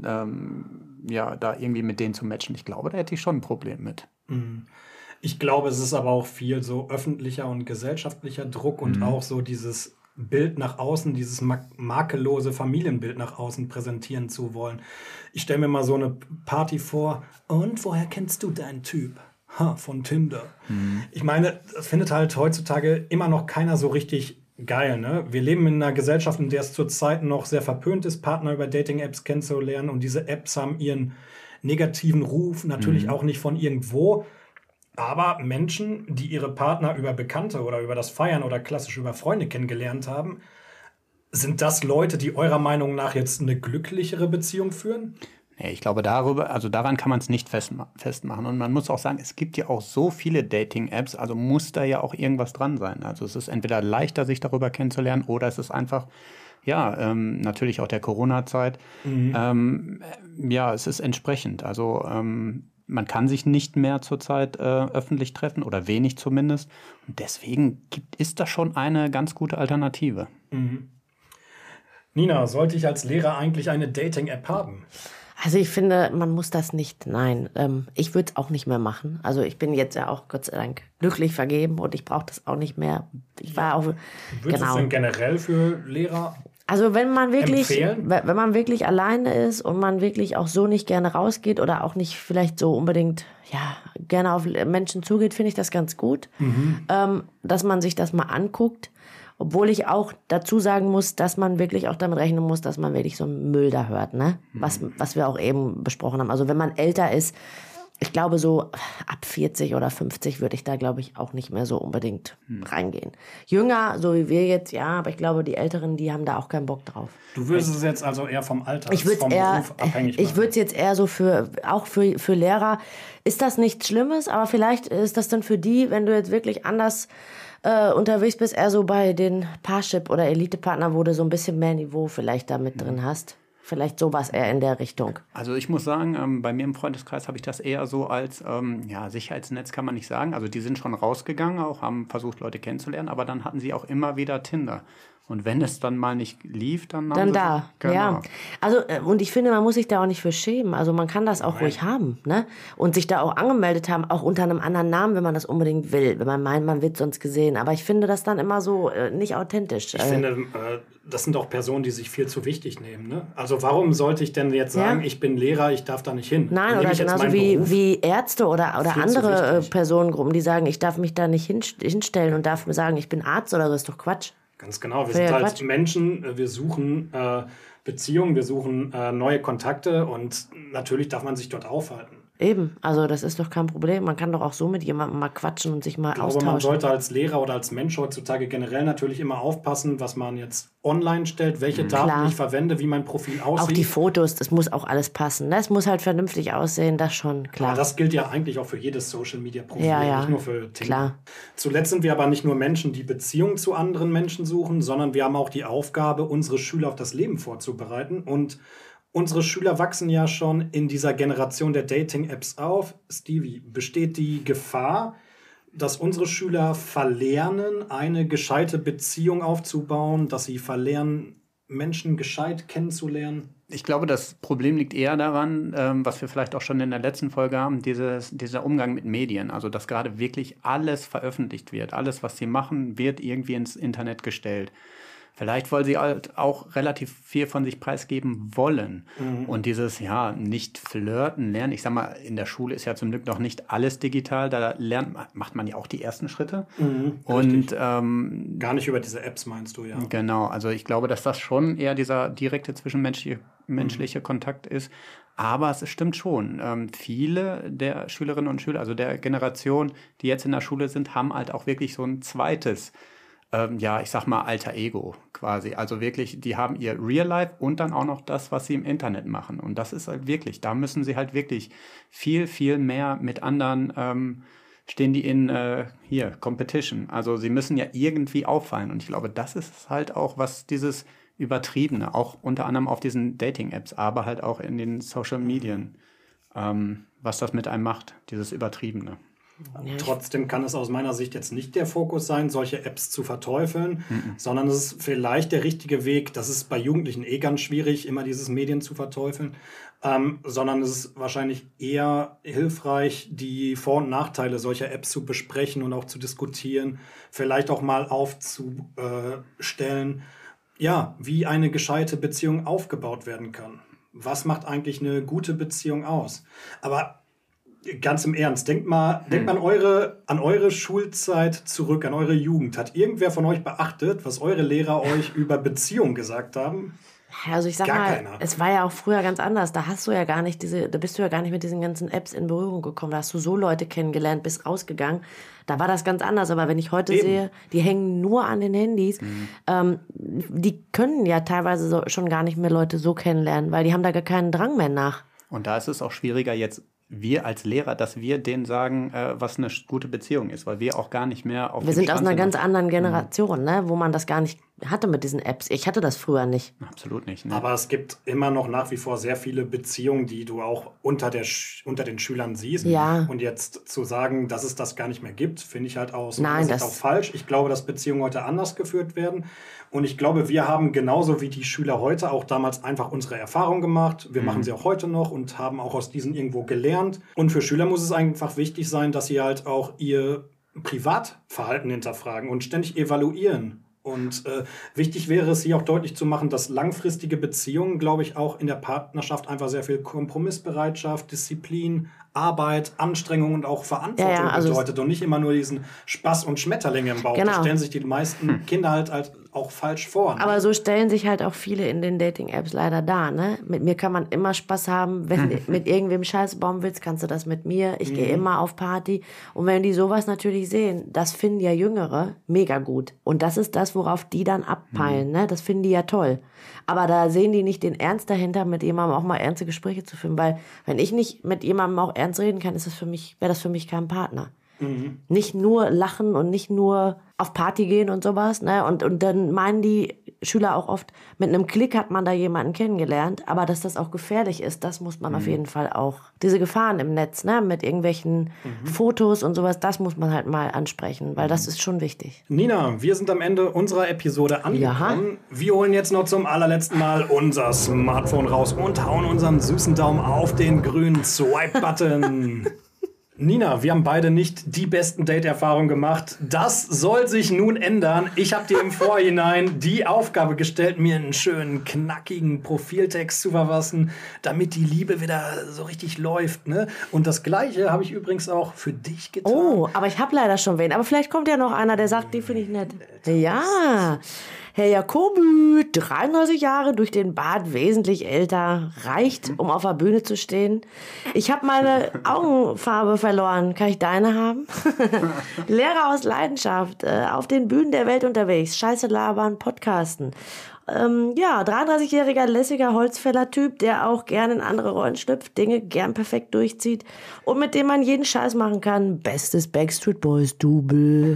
da irgendwie mit denen zu matchen. Ich glaube, da hätte ich schon ein Problem mit. Ich glaube, es ist aber auch viel so öffentlicher und gesellschaftlicher Druck und auch so dieses Bild nach außen, dieses makellose Familienbild nach außen präsentieren zu wollen. Ich stelle mir mal so eine Party vor. Und woher kennst du deinen Typ? Von Tinder. Ich meine, das findet halt heutzutage immer noch keiner so richtig geil, ne? Wir leben in einer Gesellschaft, in der es zurzeit noch sehr verpönt ist, Partner über Dating-Apps kennenzulernen. Und diese Apps haben ihren negativen Ruf, natürlich auch nicht von irgendwo. Aber Menschen, die ihre Partner über Bekannte oder über das Feiern oder klassisch über Freunde kennengelernt haben, sind das Leute, die eurer Meinung nach jetzt eine glücklichere Beziehung führen? Nee, ich glaube, daran kann man es nicht festmachen. Und man muss auch sagen, es gibt ja auch so viele Dating-Apps, also muss da ja auch irgendwas dran sein. Also es ist entweder leichter, sich darüber kennenzulernen, oder es ist einfach, natürlich auch der Corona-Zeit, es ist entsprechend. Also man kann sich nicht mehr zurzeit öffentlich treffen oder wenig zumindest. Und deswegen ist das schon eine ganz gute Alternative. Nina, sollte ich als Lehrer eigentlich eine Dating-App haben? Also ich finde, man muss das nicht, nein. Ich würde es auch nicht mehr machen. Also ich bin jetzt ja auch Gott sei Dank glücklich vergeben und ich brauche das auch nicht mehr. Ich war auch, Würdest du es denn generell für Lehrer also wenn man empfehlen? wenn man wirklich alleine ist und man wirklich auch so nicht gerne rausgeht oder auch nicht vielleicht so unbedingt gerne auf Menschen zugeht, finde ich das ganz gut, dass man sich das mal anguckt. Obwohl ich auch dazu sagen muss, dass man wirklich auch damit rechnen muss, dass man wirklich so einen Müll da hört, ne? Was wir auch eben besprochen haben. Also wenn man älter ist, ich glaube so ab 40 oder 50 würde ich da, glaube ich, auch nicht mehr so unbedingt reingehen. Jünger, so wie wir jetzt, ja, aber ich glaube, die Älteren, die haben da auch keinen Bock drauf. Du würdest es jetzt also eher vom Alter, Ich vom Beruf abhängig machen? Ich würde es jetzt eher so für Lehrer, ist das nichts Schlimmes, aber vielleicht ist das dann für die, wenn du jetzt wirklich anders unterwegs bist, eher so bei den Parship oder Elite-Partner, wo du so ein bisschen mehr Niveau vielleicht da mit drin hast. Vielleicht sowas eher in der Richtung. Also ich muss sagen, bei mir im Freundeskreis habe ich das eher so als Sicherheitsnetz kann man nicht sagen. Also die sind schon rausgegangen, auch haben versucht, Leute kennenzulernen, aber dann hatten sie auch immer wieder Tinder. Und wenn es dann mal nicht lief, dann haben sie Da, genau. ja. Also, und ich finde, man muss sich da auch nicht für schämen. Also man kann das auch ruhig haben, ne? Und sich da auch angemeldet haben, auch unter einem anderen Namen, wenn man das unbedingt will. Wenn man meint, man wird sonst gesehen. Aber ich finde das dann immer so nicht authentisch. Ich finde, das sind auch Personen, die sich viel zu wichtig nehmen, ne? Also warum sollte ich denn jetzt sagen, ich bin Lehrer, ich darf da nicht hin? Nein, oder genauso wie Ärzte oder andere Personengruppen, die sagen, ich darf mich da nicht hinstellen und darf mir sagen, ich bin Arzt oder so, ist doch Quatsch. Ganz genau, wir sind halt Menschen, wir suchen Beziehungen, wir suchen neue Kontakte und natürlich darf man sich dort aufhalten. Eben, also das ist doch kein Problem. Man kann doch auch so mit jemandem mal quatschen und sich mal austauschen. Aber man sollte als Lehrer oder als Mensch heutzutage generell natürlich immer aufpassen, was man jetzt online stellt, welche Daten ich verwende, wie mein Profil aussieht. Auch die Fotos, das muss auch alles passen. Das muss halt vernünftig aussehen, das schon, klar. Aber das gilt ja eigentlich auch für jedes Social-Media-Profil, nicht nur für Tinder. Klar. Zuletzt sind wir aber nicht nur Menschen, die Beziehungen zu anderen Menschen suchen, sondern wir haben auch die Aufgabe, unsere Schüler auf das Leben vorzubereiten. Und unsere Schüler wachsen ja schon in dieser Generation der Dating-Apps auf. Stevie, besteht die Gefahr, dass unsere Schüler verlernen, eine gescheite Beziehung aufzubauen, dass sie verlernen, Menschen gescheit kennenzulernen? Ich glaube, das Problem liegt eher daran, was wir vielleicht auch schon in der letzten Folge haben, dieser Umgang mit Medien. Also, dass gerade wirklich alles veröffentlicht wird. Alles, was sie machen, wird irgendwie ins Internet gestellt. Vielleicht, weil sie halt auch relativ viel von sich preisgeben wollen. Und dieses, nicht flirten, lernen. Ich sag mal, in der Schule ist ja zum Glück noch nicht alles digital. Da macht man ja auch die ersten Schritte. Und gar nicht über diese Apps meinst du, ja. Genau, also ich glaube, dass das schon eher dieser direkte zwischenmenschliche Kontakt ist. Aber es stimmt schon. Viele der Schülerinnen und Schüler, also der Generation, die jetzt in der Schule sind, haben halt auch wirklich so ein zweites ich sag mal, alter Ego quasi. Also wirklich, die haben ihr Real Life und dann auch noch das, was sie im Internet machen. Und das ist halt wirklich, da müssen sie halt wirklich viel, viel mehr mit anderen, stehen die in, Competition. Also sie müssen ja irgendwie auffallen. Und ich glaube, das ist halt auch, was dieses Übertriebene, auch unter anderem auf diesen Dating-Apps, aber halt auch in den Social Medien, was das mit einem macht, dieses Übertriebene. Trotzdem kann es aus meiner Sicht jetzt nicht der Fokus sein, solche Apps zu verteufeln, sondern es ist vielleicht der richtige Weg. Das ist bei Jugendlichen ganz schwierig, immer dieses Medien zu verteufeln, sondern es ist wahrscheinlich eher hilfreich, die Vor- und Nachteile solcher Apps zu besprechen und auch zu diskutieren, vielleicht auch mal aufzustellen, wie eine gescheite Beziehung aufgebaut werden kann. Was macht eigentlich eine gute Beziehung aus? Aber ganz im Ernst, denkt mal an eure Schulzeit zurück, an eure Jugend. Hat irgendwer von euch beachtet, was eure Lehrer euch über Beziehungen gesagt haben? Also ich sag Gar mal, keiner. Es war ja auch früher ganz anders. Da bist du ja gar nicht mit diesen ganzen Apps in Berührung gekommen. Da hast du so Leute kennengelernt, bist rausgegangen. Da war das ganz anders. Aber wenn ich heute sehe, die hängen nur an den Handys. Die können ja teilweise schon gar nicht mehr Leute so kennenlernen, weil die haben da gar keinen Drang mehr nach. Und da ist es auch schwieriger jetzt, wir als Lehrer, dass wir denen sagen, was eine gute Beziehung ist, weil wir auch gar nicht mehr auf Wir sind aus einer ganz anderen Generation, ne, wo man das gar nicht hatte mit diesen Apps. Ich hatte das früher nicht. Absolut nicht. Ne? Aber es gibt immer noch nach wie vor sehr viele Beziehungen, die du auch unter den Schülern siehst. Ja. Und jetzt zu sagen, dass es das gar nicht mehr gibt, finde ich halt auch das falsch. Ich glaube, dass Beziehungen heute anders geführt werden. Und ich glaube, wir haben genauso wie die Schüler heute auch damals einfach unsere Erfahrung gemacht. Wir machen sie auch heute noch und haben auch aus diesen irgendwo gelernt. Und für Schüler muss es einfach wichtig sein, dass sie halt auch ihr Privatverhalten hinterfragen und ständig evaluieren. Und wichtig wäre es, hier auch deutlich zu machen, dass langfristige Beziehungen, glaube ich, auch in der Partnerschaft einfach sehr viel Kompromissbereitschaft, Disziplin, Arbeit, Anstrengung und auch Verantwortung bedeutet und nicht immer nur diesen Spaß und Schmetterlinge im Bauch. Genau. Das stellen sich die meisten Kinder halt auch falsch vor. Ne? Aber so stellen sich halt auch viele in den Dating-Apps leider dar. Ne? Mit mir kann man immer Spaß haben. Wenn du mit irgendwem Scheiße bauen willst, kannst du das mit mir. Ich gehe immer auf Party. Und wenn die sowas natürlich sehen, das finden ja Jüngere mega gut. Und das ist das, worauf die dann abpeilen. Ne? Das finden die ja toll. Aber da sehen die nicht den Ernst dahinter, mit jemandem auch mal ernste Gespräche zu führen. Weil wenn ich nicht mit jemandem auch ernst reden kann, wäre das für mich kein Partner. Nicht nur lachen und nicht nur auf Party gehen und sowas. Ne? Und dann meinen die Schüler auch oft, mit einem Klick hat man da jemanden kennengelernt. Aber dass das auch gefährlich ist, das muss man auf jeden Fall auch. Diese Gefahren im Netz, ne? Mit irgendwelchen Fotos und sowas, das muss man halt mal ansprechen, weil das ist schon wichtig. Nina, wir sind am Ende unserer Episode angekommen. Wir holen jetzt noch zum allerletzten Mal unser Smartphone raus und hauen unseren süßen Daumen auf den grünen Swipe-Button. Nina, wir haben beide nicht die besten Date-Erfahrungen gemacht. Das soll sich nun ändern. Ich habe dir im Vorhinein die Aufgabe gestellt, mir einen schönen, knackigen Profiltext zu verfassen, damit die Liebe wieder so richtig läuft. Ne? Und das Gleiche habe ich übrigens auch für dich getan. Oh, aber ich habe leider schon wen. Aber vielleicht kommt ja noch einer, der sagt, die finde ich nett. Ja. Herr Jacobi, 33 Jahre, durch den Bart wesentlich älter, reicht, um auf der Bühne zu stehen. Ich habe meine Augenfarbe verloren. Kann ich deine haben? Lehrer aus Leidenschaft, auf den Bühnen der Welt unterwegs, Scheiße labern, Podcasten. 33-jähriger, lässiger Holzfäller-Typ, der auch gern in andere Rollen schlüpft, Dinge gern perfekt durchzieht und mit dem man jeden Scheiß machen kann. Bestes Backstreet Boys-Double.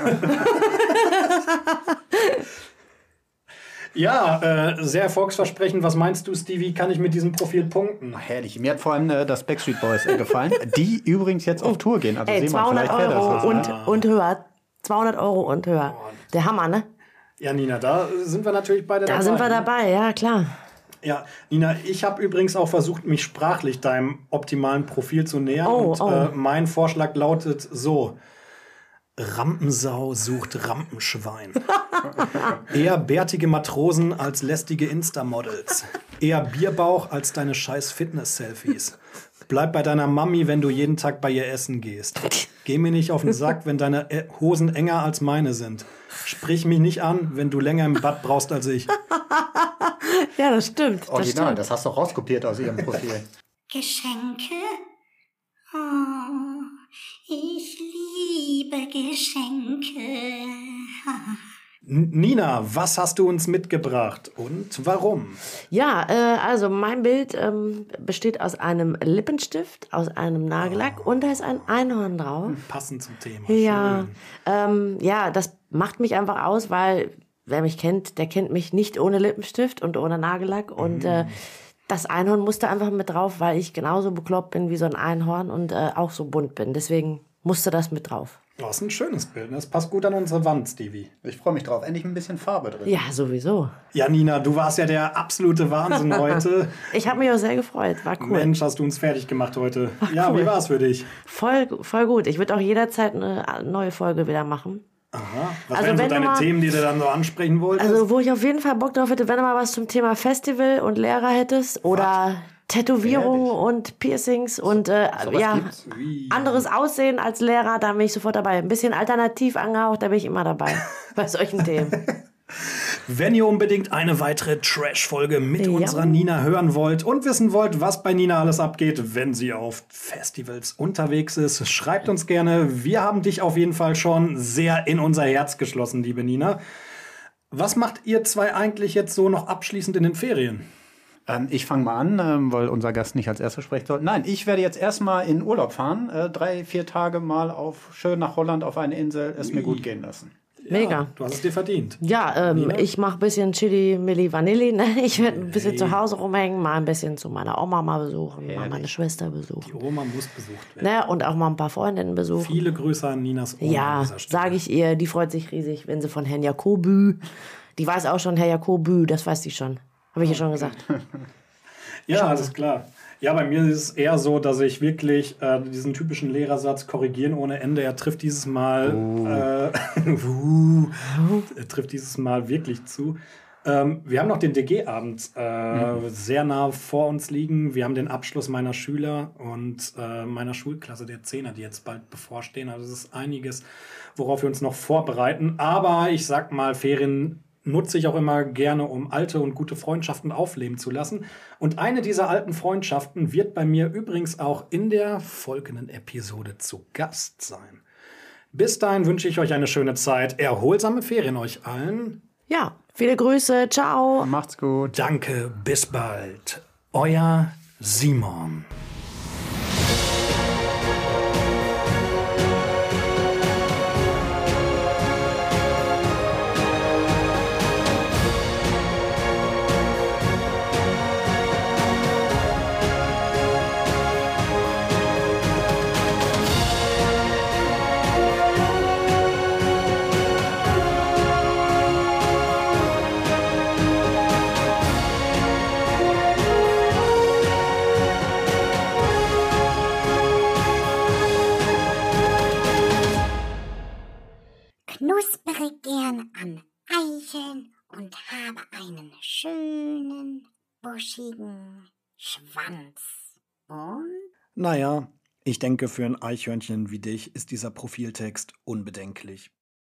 Ja, sehr erfolgsversprechend. Was meinst du, Stevie? Kann ich mit diesem Profil punkten? Herrlich. Mir hat vor allem das Backstreet Boys gefallen, die übrigens jetzt auf Tour gehen. Also 200 Euro und höher. 200 Euro und höher. Der Hammer, ne? Ja, Nina, da sind wir natürlich beide dabei. Da sind wir dabei, ja, klar. Ja, Nina, ich habe übrigens auch versucht, mich sprachlich deinem optimalen Profil zu nähern. Mein Vorschlag lautet so: Rampensau sucht Rampenschwein. Eher bärtige Matrosen als lästige Insta-Models. Eher Bierbauch als deine scheiß Fitness-Selfies. Bleib bei deiner Mami, wenn du jeden Tag bei ihr essen gehst. Geh mir nicht auf den Sack, wenn deine Hosen enger als meine sind. Sprich mich nicht an, wenn du länger im Bad brauchst als ich. Ja, das stimmt. Original, das hast du auch rauskopiert aus ihrem Profil. Geschenke? Oh, ich liebe Geschenke. Nina, was hast du uns mitgebracht und warum? Ja, also mein Bild besteht aus einem Lippenstift, aus einem Nagellack und da ist ein Einhorn drauf. Passend zum Thema. Ja, Schön. das macht mich einfach aus, weil wer mich kennt, der kennt mich nicht ohne Lippenstift und ohne Nagellack. Und das Einhorn musste einfach mit drauf, weil ich genauso bekloppt bin wie so ein Einhorn und auch so bunt bin. Deswegen musste das mit drauf. Das ist ein schönes Bild. Das passt gut an unsere Wand, Stevie. Ich freue mich drauf. Endlich ein bisschen Farbe drin. Ja, sowieso. Ja, Nina, du warst ja der absolute Wahnsinn heute. Ich habe mich auch sehr gefreut. War cool. Mensch, hast du uns fertig gemacht heute. Ach, ja, cool. Wie war es für dich? Voll gut. Ich würde auch jederzeit eine neue Folge wieder machen. Aha. Was Also wären so wenn du deine mal- Themen, die du dann so ansprechen wolltest? Also, wo ich auf jeden Fall Bock drauf hätte, wenn du mal was zum Thema Festival und Lehrer hättest oder Tätowierungen und Piercings und gibt's? anderes Aussehen als Lehrer, da bin ich sofort dabei. Ein bisschen alternativ angehaucht, da bin ich immer dabei. Bei solchen Themen. Wenn ihr unbedingt eine weitere Trash-Folge mit Ja. unserer Nina hören wollt und wissen wollt, was bei Nina alles abgeht, wenn sie auf Festivals unterwegs ist, schreibt uns gerne. Wir haben dich auf jeden Fall schon sehr in unser Herz geschlossen, liebe Nina. Was macht ihr zwei eigentlich jetzt so noch abschließend in den Ferien? Ich fange mal an, weil unser Gast nicht als erster sprechen soll. Nein, ich werde jetzt erstmal in Urlaub fahren. 3-4 Tage mal schön nach Holland auf eine Insel, es mir gut gehen lassen. Mega. Ja, du hast es dir verdient. Ja, ich mache ein bisschen Chili, Milli, Vanilli. Ne? Ich werde ein bisschen zu Hause rumhängen, mal ein bisschen zu meiner Oma mal besuchen, mal meine Schwester besuchen. Die Oma muss besucht werden. Ne? Und auch mal ein paar Freundinnen besuchen. Viele Grüße an Ninas Oma an Ja, dieser Stelle. sage ich ihr. Die freut sich riesig, wenn sie von Herrn Jacobi. Die weiß auch schon, Herr Jacobi, das weiß sie schon. Habe ich ihr schon gesagt. Ja, alles klar. Ja, bei mir ist es eher so, dass ich wirklich diesen typischen Lehrersatz korrigieren ohne Ende. Er trifft dieses Mal er trifft dieses Mal wirklich zu. Wir haben noch den DG-Abend sehr nah vor uns liegen. Wir haben den Abschluss meiner Schüler und meiner Schulklasse der Zehner, die jetzt bald bevorstehen. Also es ist einiges, worauf wir uns noch vorbereiten. Aber ich sag mal, Ferien nutze ich auch immer gerne, um alte und gute Freundschaften aufleben zu lassen. Und eine dieser alten Freundschaften wird bei mir übrigens auch in der folgenden Episode zu Gast sein. Bis dahin wünsche ich euch eine schöne Zeit, erholsame Ferien euch allen. Ja, viele Grüße. Ciao. Macht's gut. Danke, bis bald. Euer Simon. Knuspere gern an Eicheln und habe einen schönen, buschigen Schwanz. Und? Naja, ich denke, für ein Eichhörnchen wie dich ist dieser Profiltext unbedenklich.